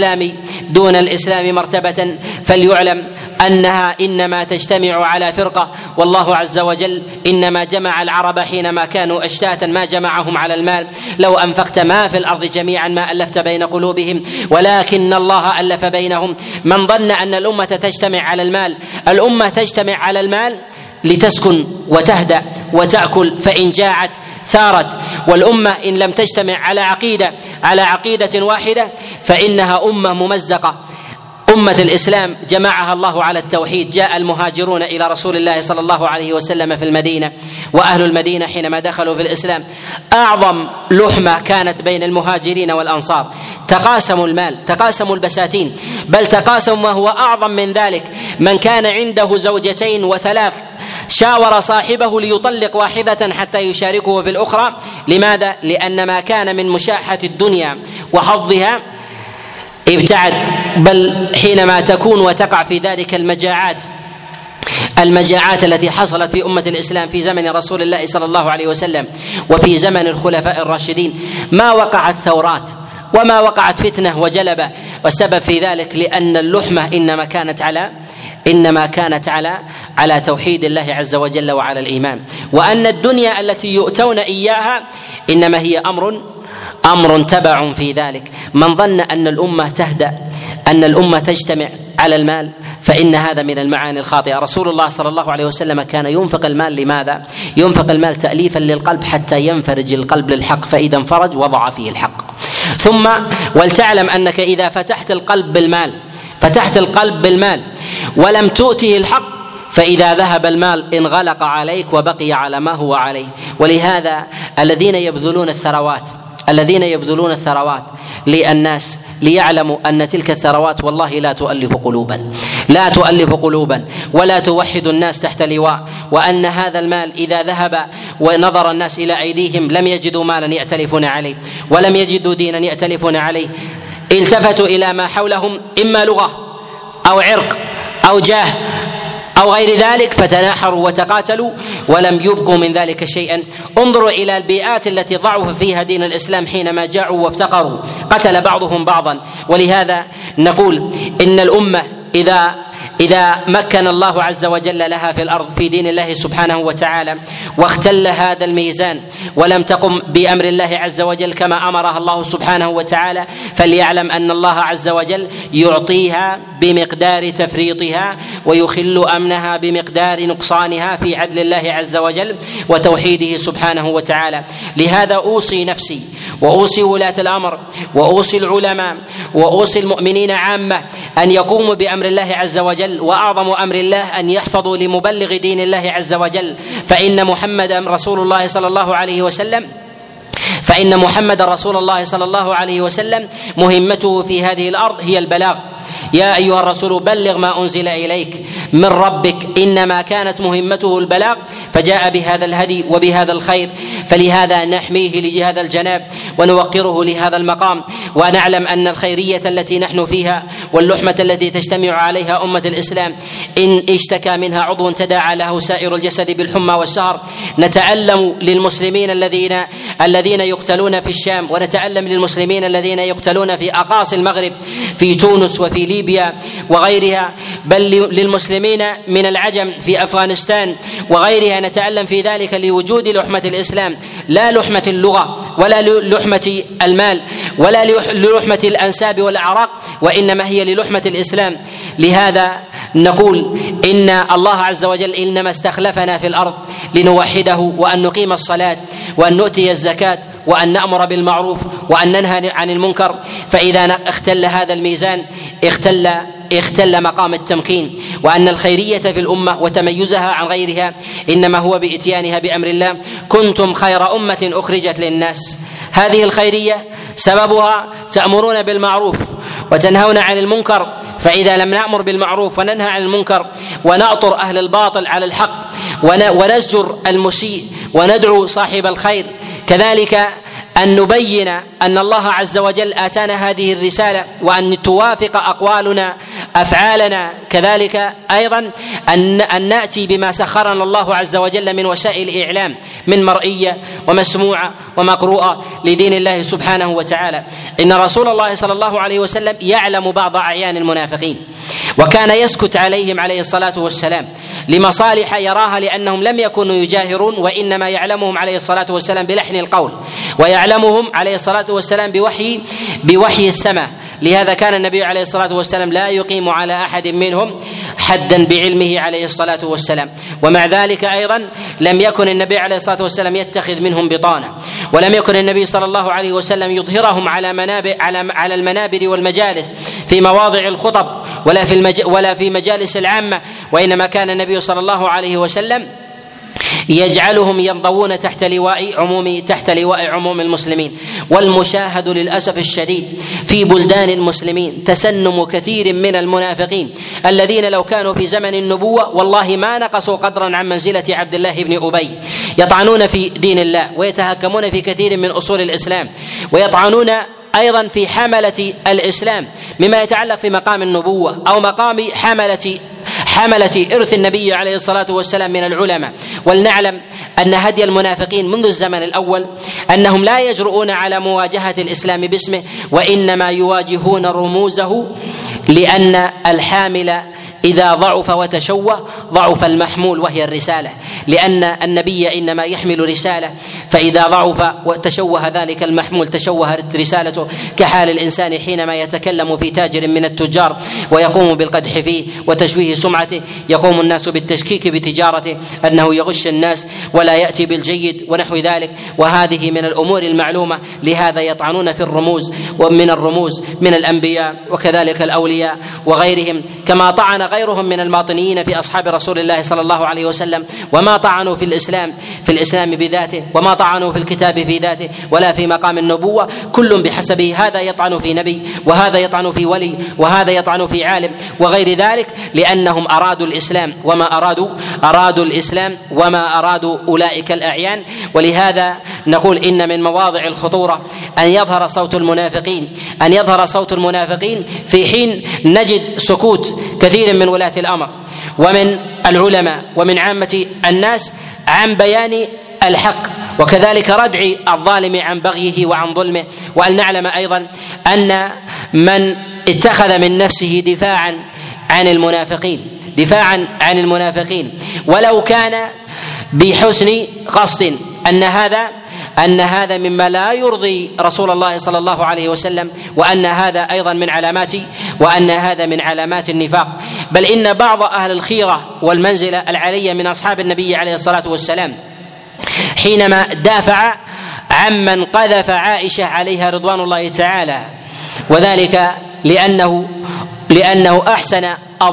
الإسلام مرتبة فليعلم أنها إنما تجتمع على فرقة. والله عز وجل إنما جمع العرب حينما كانوا أشتاتا، ما جمعهم على المال. لو أنفقت ما في الأرض جميعا ما ألفت بين قلوبهم ولكن الله ألف بينهم. من ظن أن الأمة تجتمع على المال، الأمة تجتمع على المال لتسكن وتهدأ وتأكل، فإن جاعت ثارت. والأمة إن لم تجتمع على عقيدة واحدة فإنها أمة ممزقة. أمة الإسلام جمعها الله على التوحيد. جاء المهاجرون إلى رسول الله صلى الله عليه وسلم في المدينة، وأهل المدينة حينما دخلوا في الإسلام أعظم لحمة كانت بين المهاجرين والأنصار، تقاسموا المال، تقاسموا البساتين، بل تقاسموا ما هو أعظم من ذلك. من كان عنده زوجتين وثلاث شاور صاحبه ليطلق واحدة حتى يشاركه في الأخرى. لماذا؟ لأن ما كان من مشاحة الدنيا وحظها ابتعد. بل حينما تكون وتقع في ذلك المجاعات التي حصلت في أمة الإسلام في زمن رسول الله صلى الله عليه وسلم وفي زمن الخلفاء الراشدين ما وقعت ثورات وما وقعت فتنة وجلبة، والسبب في ذلك لأن اللحمة إنما كانت على توحيد الله عز وجل وعلى الإيمان، وأن الدنيا التي يؤتون إياها إنما هي أمر تبع في ذلك. من ظن أن الأمة تهدأ، أن الأمة تجتمع على المال، فإن هذا من المعاني الخاطئة. رسول الله صلى الله عليه وسلم كان ينفق المال. لماذا؟ ينفق المال تأليفا للقلب حتى ينفرج القلب للحق، فإذا انفرج وضع فيه الحق. ثم ولتعلم أنك إذا فتحت القلب بالمال ولم تؤته الحق، فإذا ذهب المال انغلق عليك وبقي على ما هو عليه. ولهذا الذين يبذلون الثروات للناس ليعلموا أن تلك الثروات والله لا تؤلف قلوبا ولا توحد الناس تحت لواء، وأن هذا المال إذا ذهب ونظر الناس إلى أيديهم لم يجدوا مالا يأتلفون عليه ولم يجدوا دينا يأتلفون عليه، التفتوا إلى ما حولهم إما لغة أو عرق أو جاه أو غير ذلك فتناحروا وتقاتلوا ولم يبقوا من ذلك شيئا. انظروا إلى البيئات التي ضعف فيها دين الإسلام حينما جاعوا وافتقروا، قتل بعضهم بعضا. ولهذا نقول إن الأمة إذا مكن الله عز وجل لها في الأرض في دين الله سبحانه وتعالى واختل هذا الميزان ولم تقم بأمر الله عز وجل كما أمرها الله سبحانه وتعالى، فليعلم أن الله عز وجل يعطيها بمقدار تفريطها ويخل أمنها بمقدار نقصانها في عدل الله عز وجل وتوحيده سبحانه وتعالى. لهذا أوصي نفسي وأوصي ولاة الأمر وأوصي العلماء وأوصي المؤمنين عامة أن يقوموا بأمر الله عز وجل، وأعظم أمر الله أن يحفظوا لمبلغ دين الله عز وجل، فإن محمد رسول الله صلى الله عليه وسلم مهمته في هذه الأرض هي البلاغ. يا أيها الرسول بلغ ما أنزل إليك من ربك انما كانت مهمته البلاغ فجاء بهذا الهدي وبهذا الخير، فلهذا نحميه لهذا الجناب ونوقره لهذا المقام، ونعلم ان الخيريه التي نحن فيها واللحمه التي تجتمع عليها امه الاسلام ان اشتكى منها عضو تداعى له سائر الجسد بالحمى والسهر. نتألم للمسلمين الذين يقتلون في الشام، ونتألم للمسلمين الذين يقتلون في اقاصي المغرب في تونس وفي ليبيا وغيرها، بل للمسلمين من العجم في افغانستان وغيرها. نتألم في ذلك لوجود لحمة الاسلام، لا لحمة اللغة ولا لحمة المال ولا للحمة الانساب والاعراق، وانما هي للحمة الاسلام. لهذا نقول ان الله عز وجل انما استخلفنا في الارض لنوحده وان نقيم الصلاة وان نؤتي الزكاة وان نأمر بالمعروف وان ننهى عن المنكر، فاذا اختل هذا الميزان اختل مقام التمكين، وان الخيرية في الامة وتميزها عن غيرها انما هو باتيانها بامر الله. كنتم خير امة اخرجت للناس، هذه الخيرية سببها تأمرون بالمعروف وتنهون عن المنكر، فإذا لم نأمر بالمعروف وننهى عن المنكر ونأطر أهل الباطل على الحق ونزجر المسيء وندعو صاحب الخير، كذلك أن نبين أن الله عز وجل آتانا هذه الرسالة وأن توافق أقوالنا أفعالنا، كذلك أيضا أن نأتي بما سخرنا الله عز وجل من وسائل الإعلام من مرئية ومسموعة ومقروءة لدين الله سبحانه وتعالى. إن رسول الله صلى الله عليه وسلم يعلم بعض أعيان المنافقين وكان يسكت عليهم عليه الصلاة والسلام لمصالح يراها، لأنهم لم يكونوا يجاهرون، وإنما يعلمهم عليه الصلاة والسلام بلحن القول، ويعلمهم عليه الصلاة والسلام بوحي السماء. لهذا كان النبي عليه الصلاة والسلام لا يقيم على أحد منهم حدا بعلمه عليه الصلاة والسلام. ومع ذلك أيضا لم يكن النبي عليه الصلاة والسلام يتخذ منهم بطانة، ولم يكن النبي صلى الله عليه وسلم يظهرهم على المنابر والمجالس في مواضع الخطب ولا في مجالس العامة، وإنما كان النبي صلى الله عليه وسلم يجعلهم ينضوون تحت لواء عموم المسلمين. والمشاهد للأسف الشديد في بلدان المسلمين تسنم كثير من المنافقين الذين لو كانوا في زمن النبوة والله ما نقصوا قدرا عن منزلة عبد الله بن أبي، يطعنون في دين الله ويتهكمون في كثير من أصول الإسلام، ويطعنون أيضا في حملة الإسلام مما يتعلق في مقام النبوة أو مقام حملة إرث النبي عليه الصلاة والسلام من العلماء. ولنعلم أن هدي المنافقين منذ الزمن الأول أنهم لا يجرؤون على مواجهة الإسلام باسمه، وإنما يواجهون رموزه، لأن الحامل إذا ضعف وتشوه ضعف المحمول وهي الرسالة، لأن النبي إنما يحمل رسالة، فإذا ضعف وتشوه ذلك المحمول تشوهت رسالته، كحال الإنسان حينما يتكلم في تاجر من التجار ويقوم بالقدح فيه وتشويه سمعته، يقوم الناس بالتشكيك بتجارته أنه يغش الناس ولا يأتي بالجيد ونحو ذلك، وهذه من الأمور المعلومة. لهذا يطعنون في الرموز، ومن الرموز من الأنبياء وكذلك الأولياء وغيرهم، كما طعن غيرهم من الماطنيين في أصحاب رسول الله صلى الله عليه وسلم، وما طعنوا في الإسلام بذاته، وما طعنوا في الكتاب في ذاته ولا في مقام النبوة، كل بحسبه، هذا يطعن في نبي وهذا يطعن في ولي وهذا يطعن في عالم وغير ذلك، لأنهم أرادوا الإسلام وما أرادوا أولئك الأعيان. ولهذا نقول إن من مواضع الخطورة أن يظهر صوت المنافقين في حين نجد سكوت كثير من ولاة الأمر ومن العلماء ومن عامة الناس عن بيان الحق، وكذلك ردع الظالم عن بغيه وعن ظلمه. وأن نعلم أيضا أن من اتخذ من نفسه دفاعا عن المنافقين ولو كان بحسن قصد أن هذا مما لا يرضي رسول الله صلى الله عليه وسلم، وأن هذا أيضا من علامات النفاق، بل إن بعض أهل الخيرة والمنزلة العالية من أصحاب النبي عليه الصلاة والسلام حينما دافع عمن قذف عائشة عليها رضوان الله تعالى، وذلك لأنه أحسن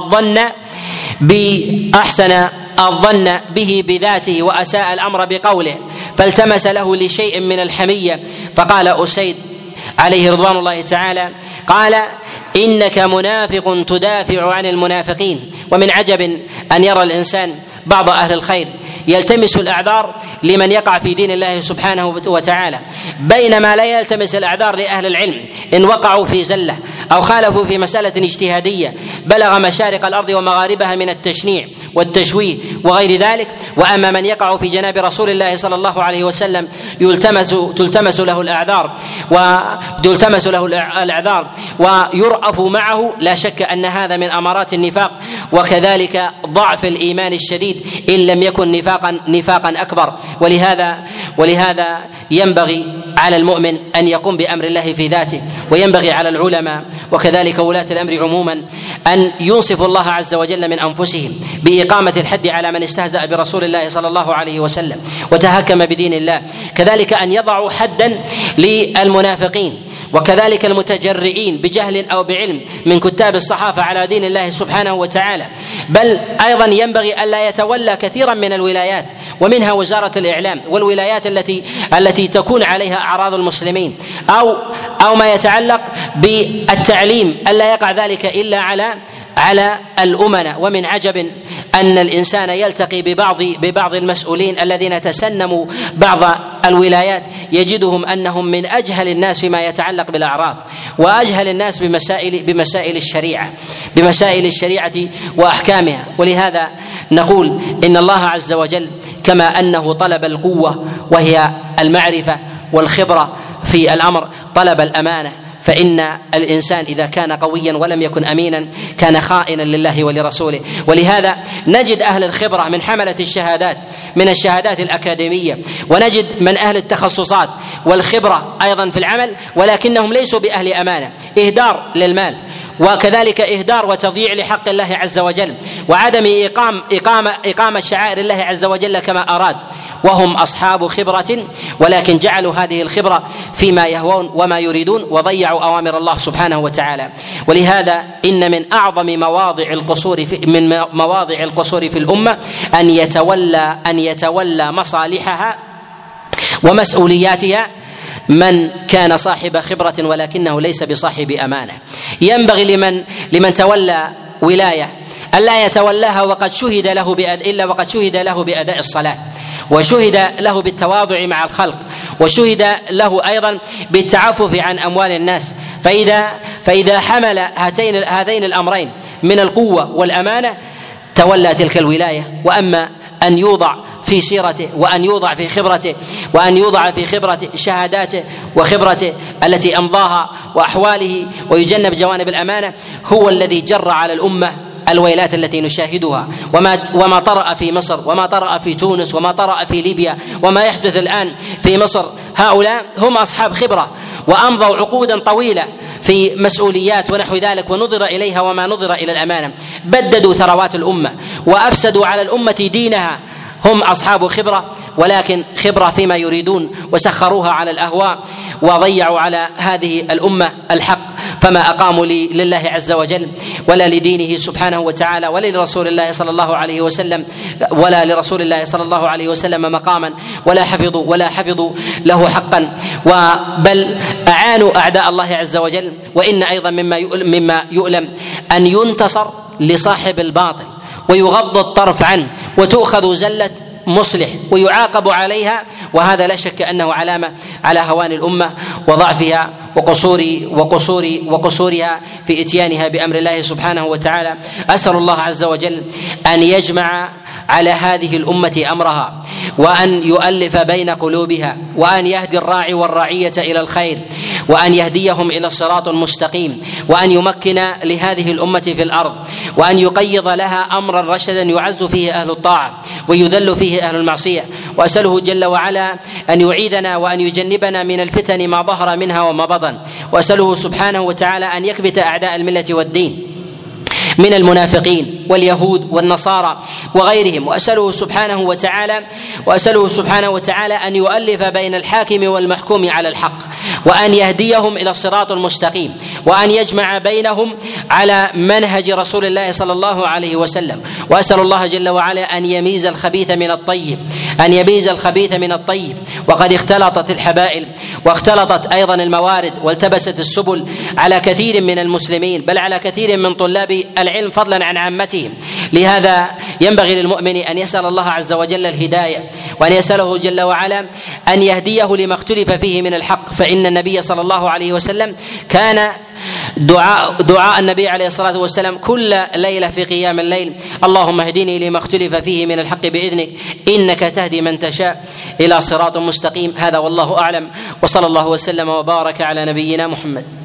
الظن به بذاته وأساء الأمر بقوله، فالتمس له لشيء من الحمية، فقال أسيد عليه رضوان الله تعالى قال: إنك منافق تدافع عن المنافقين ومن عجب أن يرى الإنسان بعض أهل الخير يلتمس الأعذار لمن يقع في دين الله سبحانه وتعالى، بينما لا يلتمس الأعذار لأهل العلم إن وقعوا في زلة أو خالفوا في مسألة اجتهادية بلغ مشارق الأرض ومغاربها من التشنيع والتشويه وغير ذلك. وأما من يقع في جناب رسول الله صلى الله عليه وسلم تلتمس له الأعذار ويرأف معه، لا شك أن هذا من أمارات النفاق، وكذلك ضعف الإيمان الشديد إن لم يكن نفاقا أكبر. ولهذا ينبغي على المؤمن أن يقوم بأمر الله في ذاته، وينبغي على العلماء وكذلك ولاة الأمر عموما أن ينصفوا الله عز وجل من أنفسهم بإقامة الحد على من استهزأ برسول الله صلى الله عليه وسلم وتهكم بدين الله، كذلك أن يضعوا حدا للمنافقين وكذلك المتجرئين بجهل أو بعلم من كتاب الصحافة على دين الله سبحانه وتعالى. بل أيضا ينبغي ألا يتولى كثيرا من الولايات، ومنها وزارة الإعلام والولايات التي تكون عليها أعراض المسلمين أو ما يتعلق بالتعليم، ألا يقع ذلك إلا على الأمناء. ومن عجب أن الإنسان يلتقي ببعض المسؤولين الذين تسنموا بعض الولايات يجدهم أنهم من أجهل الناس فيما يتعلق بالأعراض، وأجهل الناس بمسائل الشريعة وأحكامها. ولهذا نقول إن الله عز وجل كما أنه طلب القوة وهي المعرفة والخبرة في الأمر طلب الأمانة، فإن الإنسان إذا كان قويا ولم يكن أمينا كان خائنا لله ولرسوله. ولهذا نجد أهل الخبرة من حملة الشهادات من الشهادات الأكاديمية، ونجد من أهل التخصصات والخبرة أيضا في العمل، ولكنهم ليسوا بأهل أمانة، إهدار للمال وكذلك إهدار وتضييع لحق الله عز وجل، وعدم إقامة شعائر الله عز وجل كما أراد، وهم أصحاب خبرة ولكن جعلوا هذه الخبرة فيما يهوون وما يريدون وضيعوا أوامر الله سبحانه وتعالى. ولهذا إن من أعظم مواضع القصور في الأمة أن يتولى مصالحها ومسؤولياتها من كان صاحب خبرة ولكنه ليس بصاحب أمانة. ينبغي لمن تولى ولاية ألا يتولاها وقد شهد له بأداء الصلاة، وشهد له بالتواضع مع الخلق، وشهد له أيضا بالتعفف عن أموال الناس. فإذا حمل هذين الأمرين من القوة والأمانة تولى تلك الولاية. وأما أن يوضع في سيرته وأن يوضع في خبرته شهاداته وخبرته التي أمضاها وأحواله ويجنب جوانب الأمانة، هو الذي جر على الأمة الويلات التي نشاهدها، وما طرأ في مصر وما طرأ في تونس وما طرأ في ليبيا وما يحدث الآن في مصر. هؤلاء هم أصحاب خبرة وأمضوا عقودا طويلة في مسؤوليات ونحو ذلك، ونظر إليها وما نظر إلى الأمانة، بددوا ثروات الأمة وأفسدوا على الأمة دينها. هم أصحاب خبرة، ولكن خبرة فيما يريدون، وسخروها على الأهواء وضيعوا على هذه الأمة الحق، فما أقاموا لله عز وجل ولا لدينه سبحانه وتعالى ولا لرسول الله صلى الله عليه وسلم مقاما، ولا حفظوا له حقا، بل أعانوا أعداء الله عز وجل. وإن أيضا مما يؤلم أن ينتصر لصاحب الباطل ويغض الطرف عنه وتؤخذ زلة مصلح ويعاقب عليها، وهذا لا شك أنه علامة على هوان الأمة وضعفها وقصورها في إتيانها بأمر الله سبحانه وتعالى. أسأل الله عز وجل أن يجمع على هذه الأمة أمرها، وأن يؤلف بين قلوبها، وأن يهدي الراعي والرعية إلى الخير، وأن يهديهم إلى الصراط المستقيم، وأن يمكن لهذه الأمة في الأرض، وأن يقيض لها أمرا رشدا يعز فيه أهل الطاعة ويذل فيه أهل المعصية. وأسأله جل وعلا أن يعيذنا وأن يجنبنا من الفتن ما ظهر منها وما بطن. وأسأله سبحانه وتعالى أن يكبت أعداء الملة والدين من المنافقين واليهود والنصارى وغيرهم. وأسأله سبحانه وتعالى أن يؤلف بين الحاكم والمحكوم على الحق، وأن يهديهم إلى الصراط المستقيم، وأن يجمع بينهم على منهج رسول الله صلى الله عليه وسلم. وأسأل الله جل وعلا أن يميز الخبيث من الطيب، وقد اختلطت الحبائل واختلطت أيضا الموارد والتبست السبل على كثير من المسلمين، بل على كثير من طلاب العلم فضلا عن عامتهم، لهذا ينبغي للمؤمن ان يسال الله عز وجل الهدايه، وان يساله جل وعلا ان يهديه لما اختلف فيه من الحق، فان النبي صلى الله عليه وسلم كان دعاء النبي عليه الصلاة والسلام كل ليلة في قيام الليل: اللهم اهدني لما اختلف فيه من الحق بإذنك إنك تهدي من تشاء إلى صراط مستقيم. هذا والله أعلم، وصلى الله وسلم وبارك على نبينا محمد.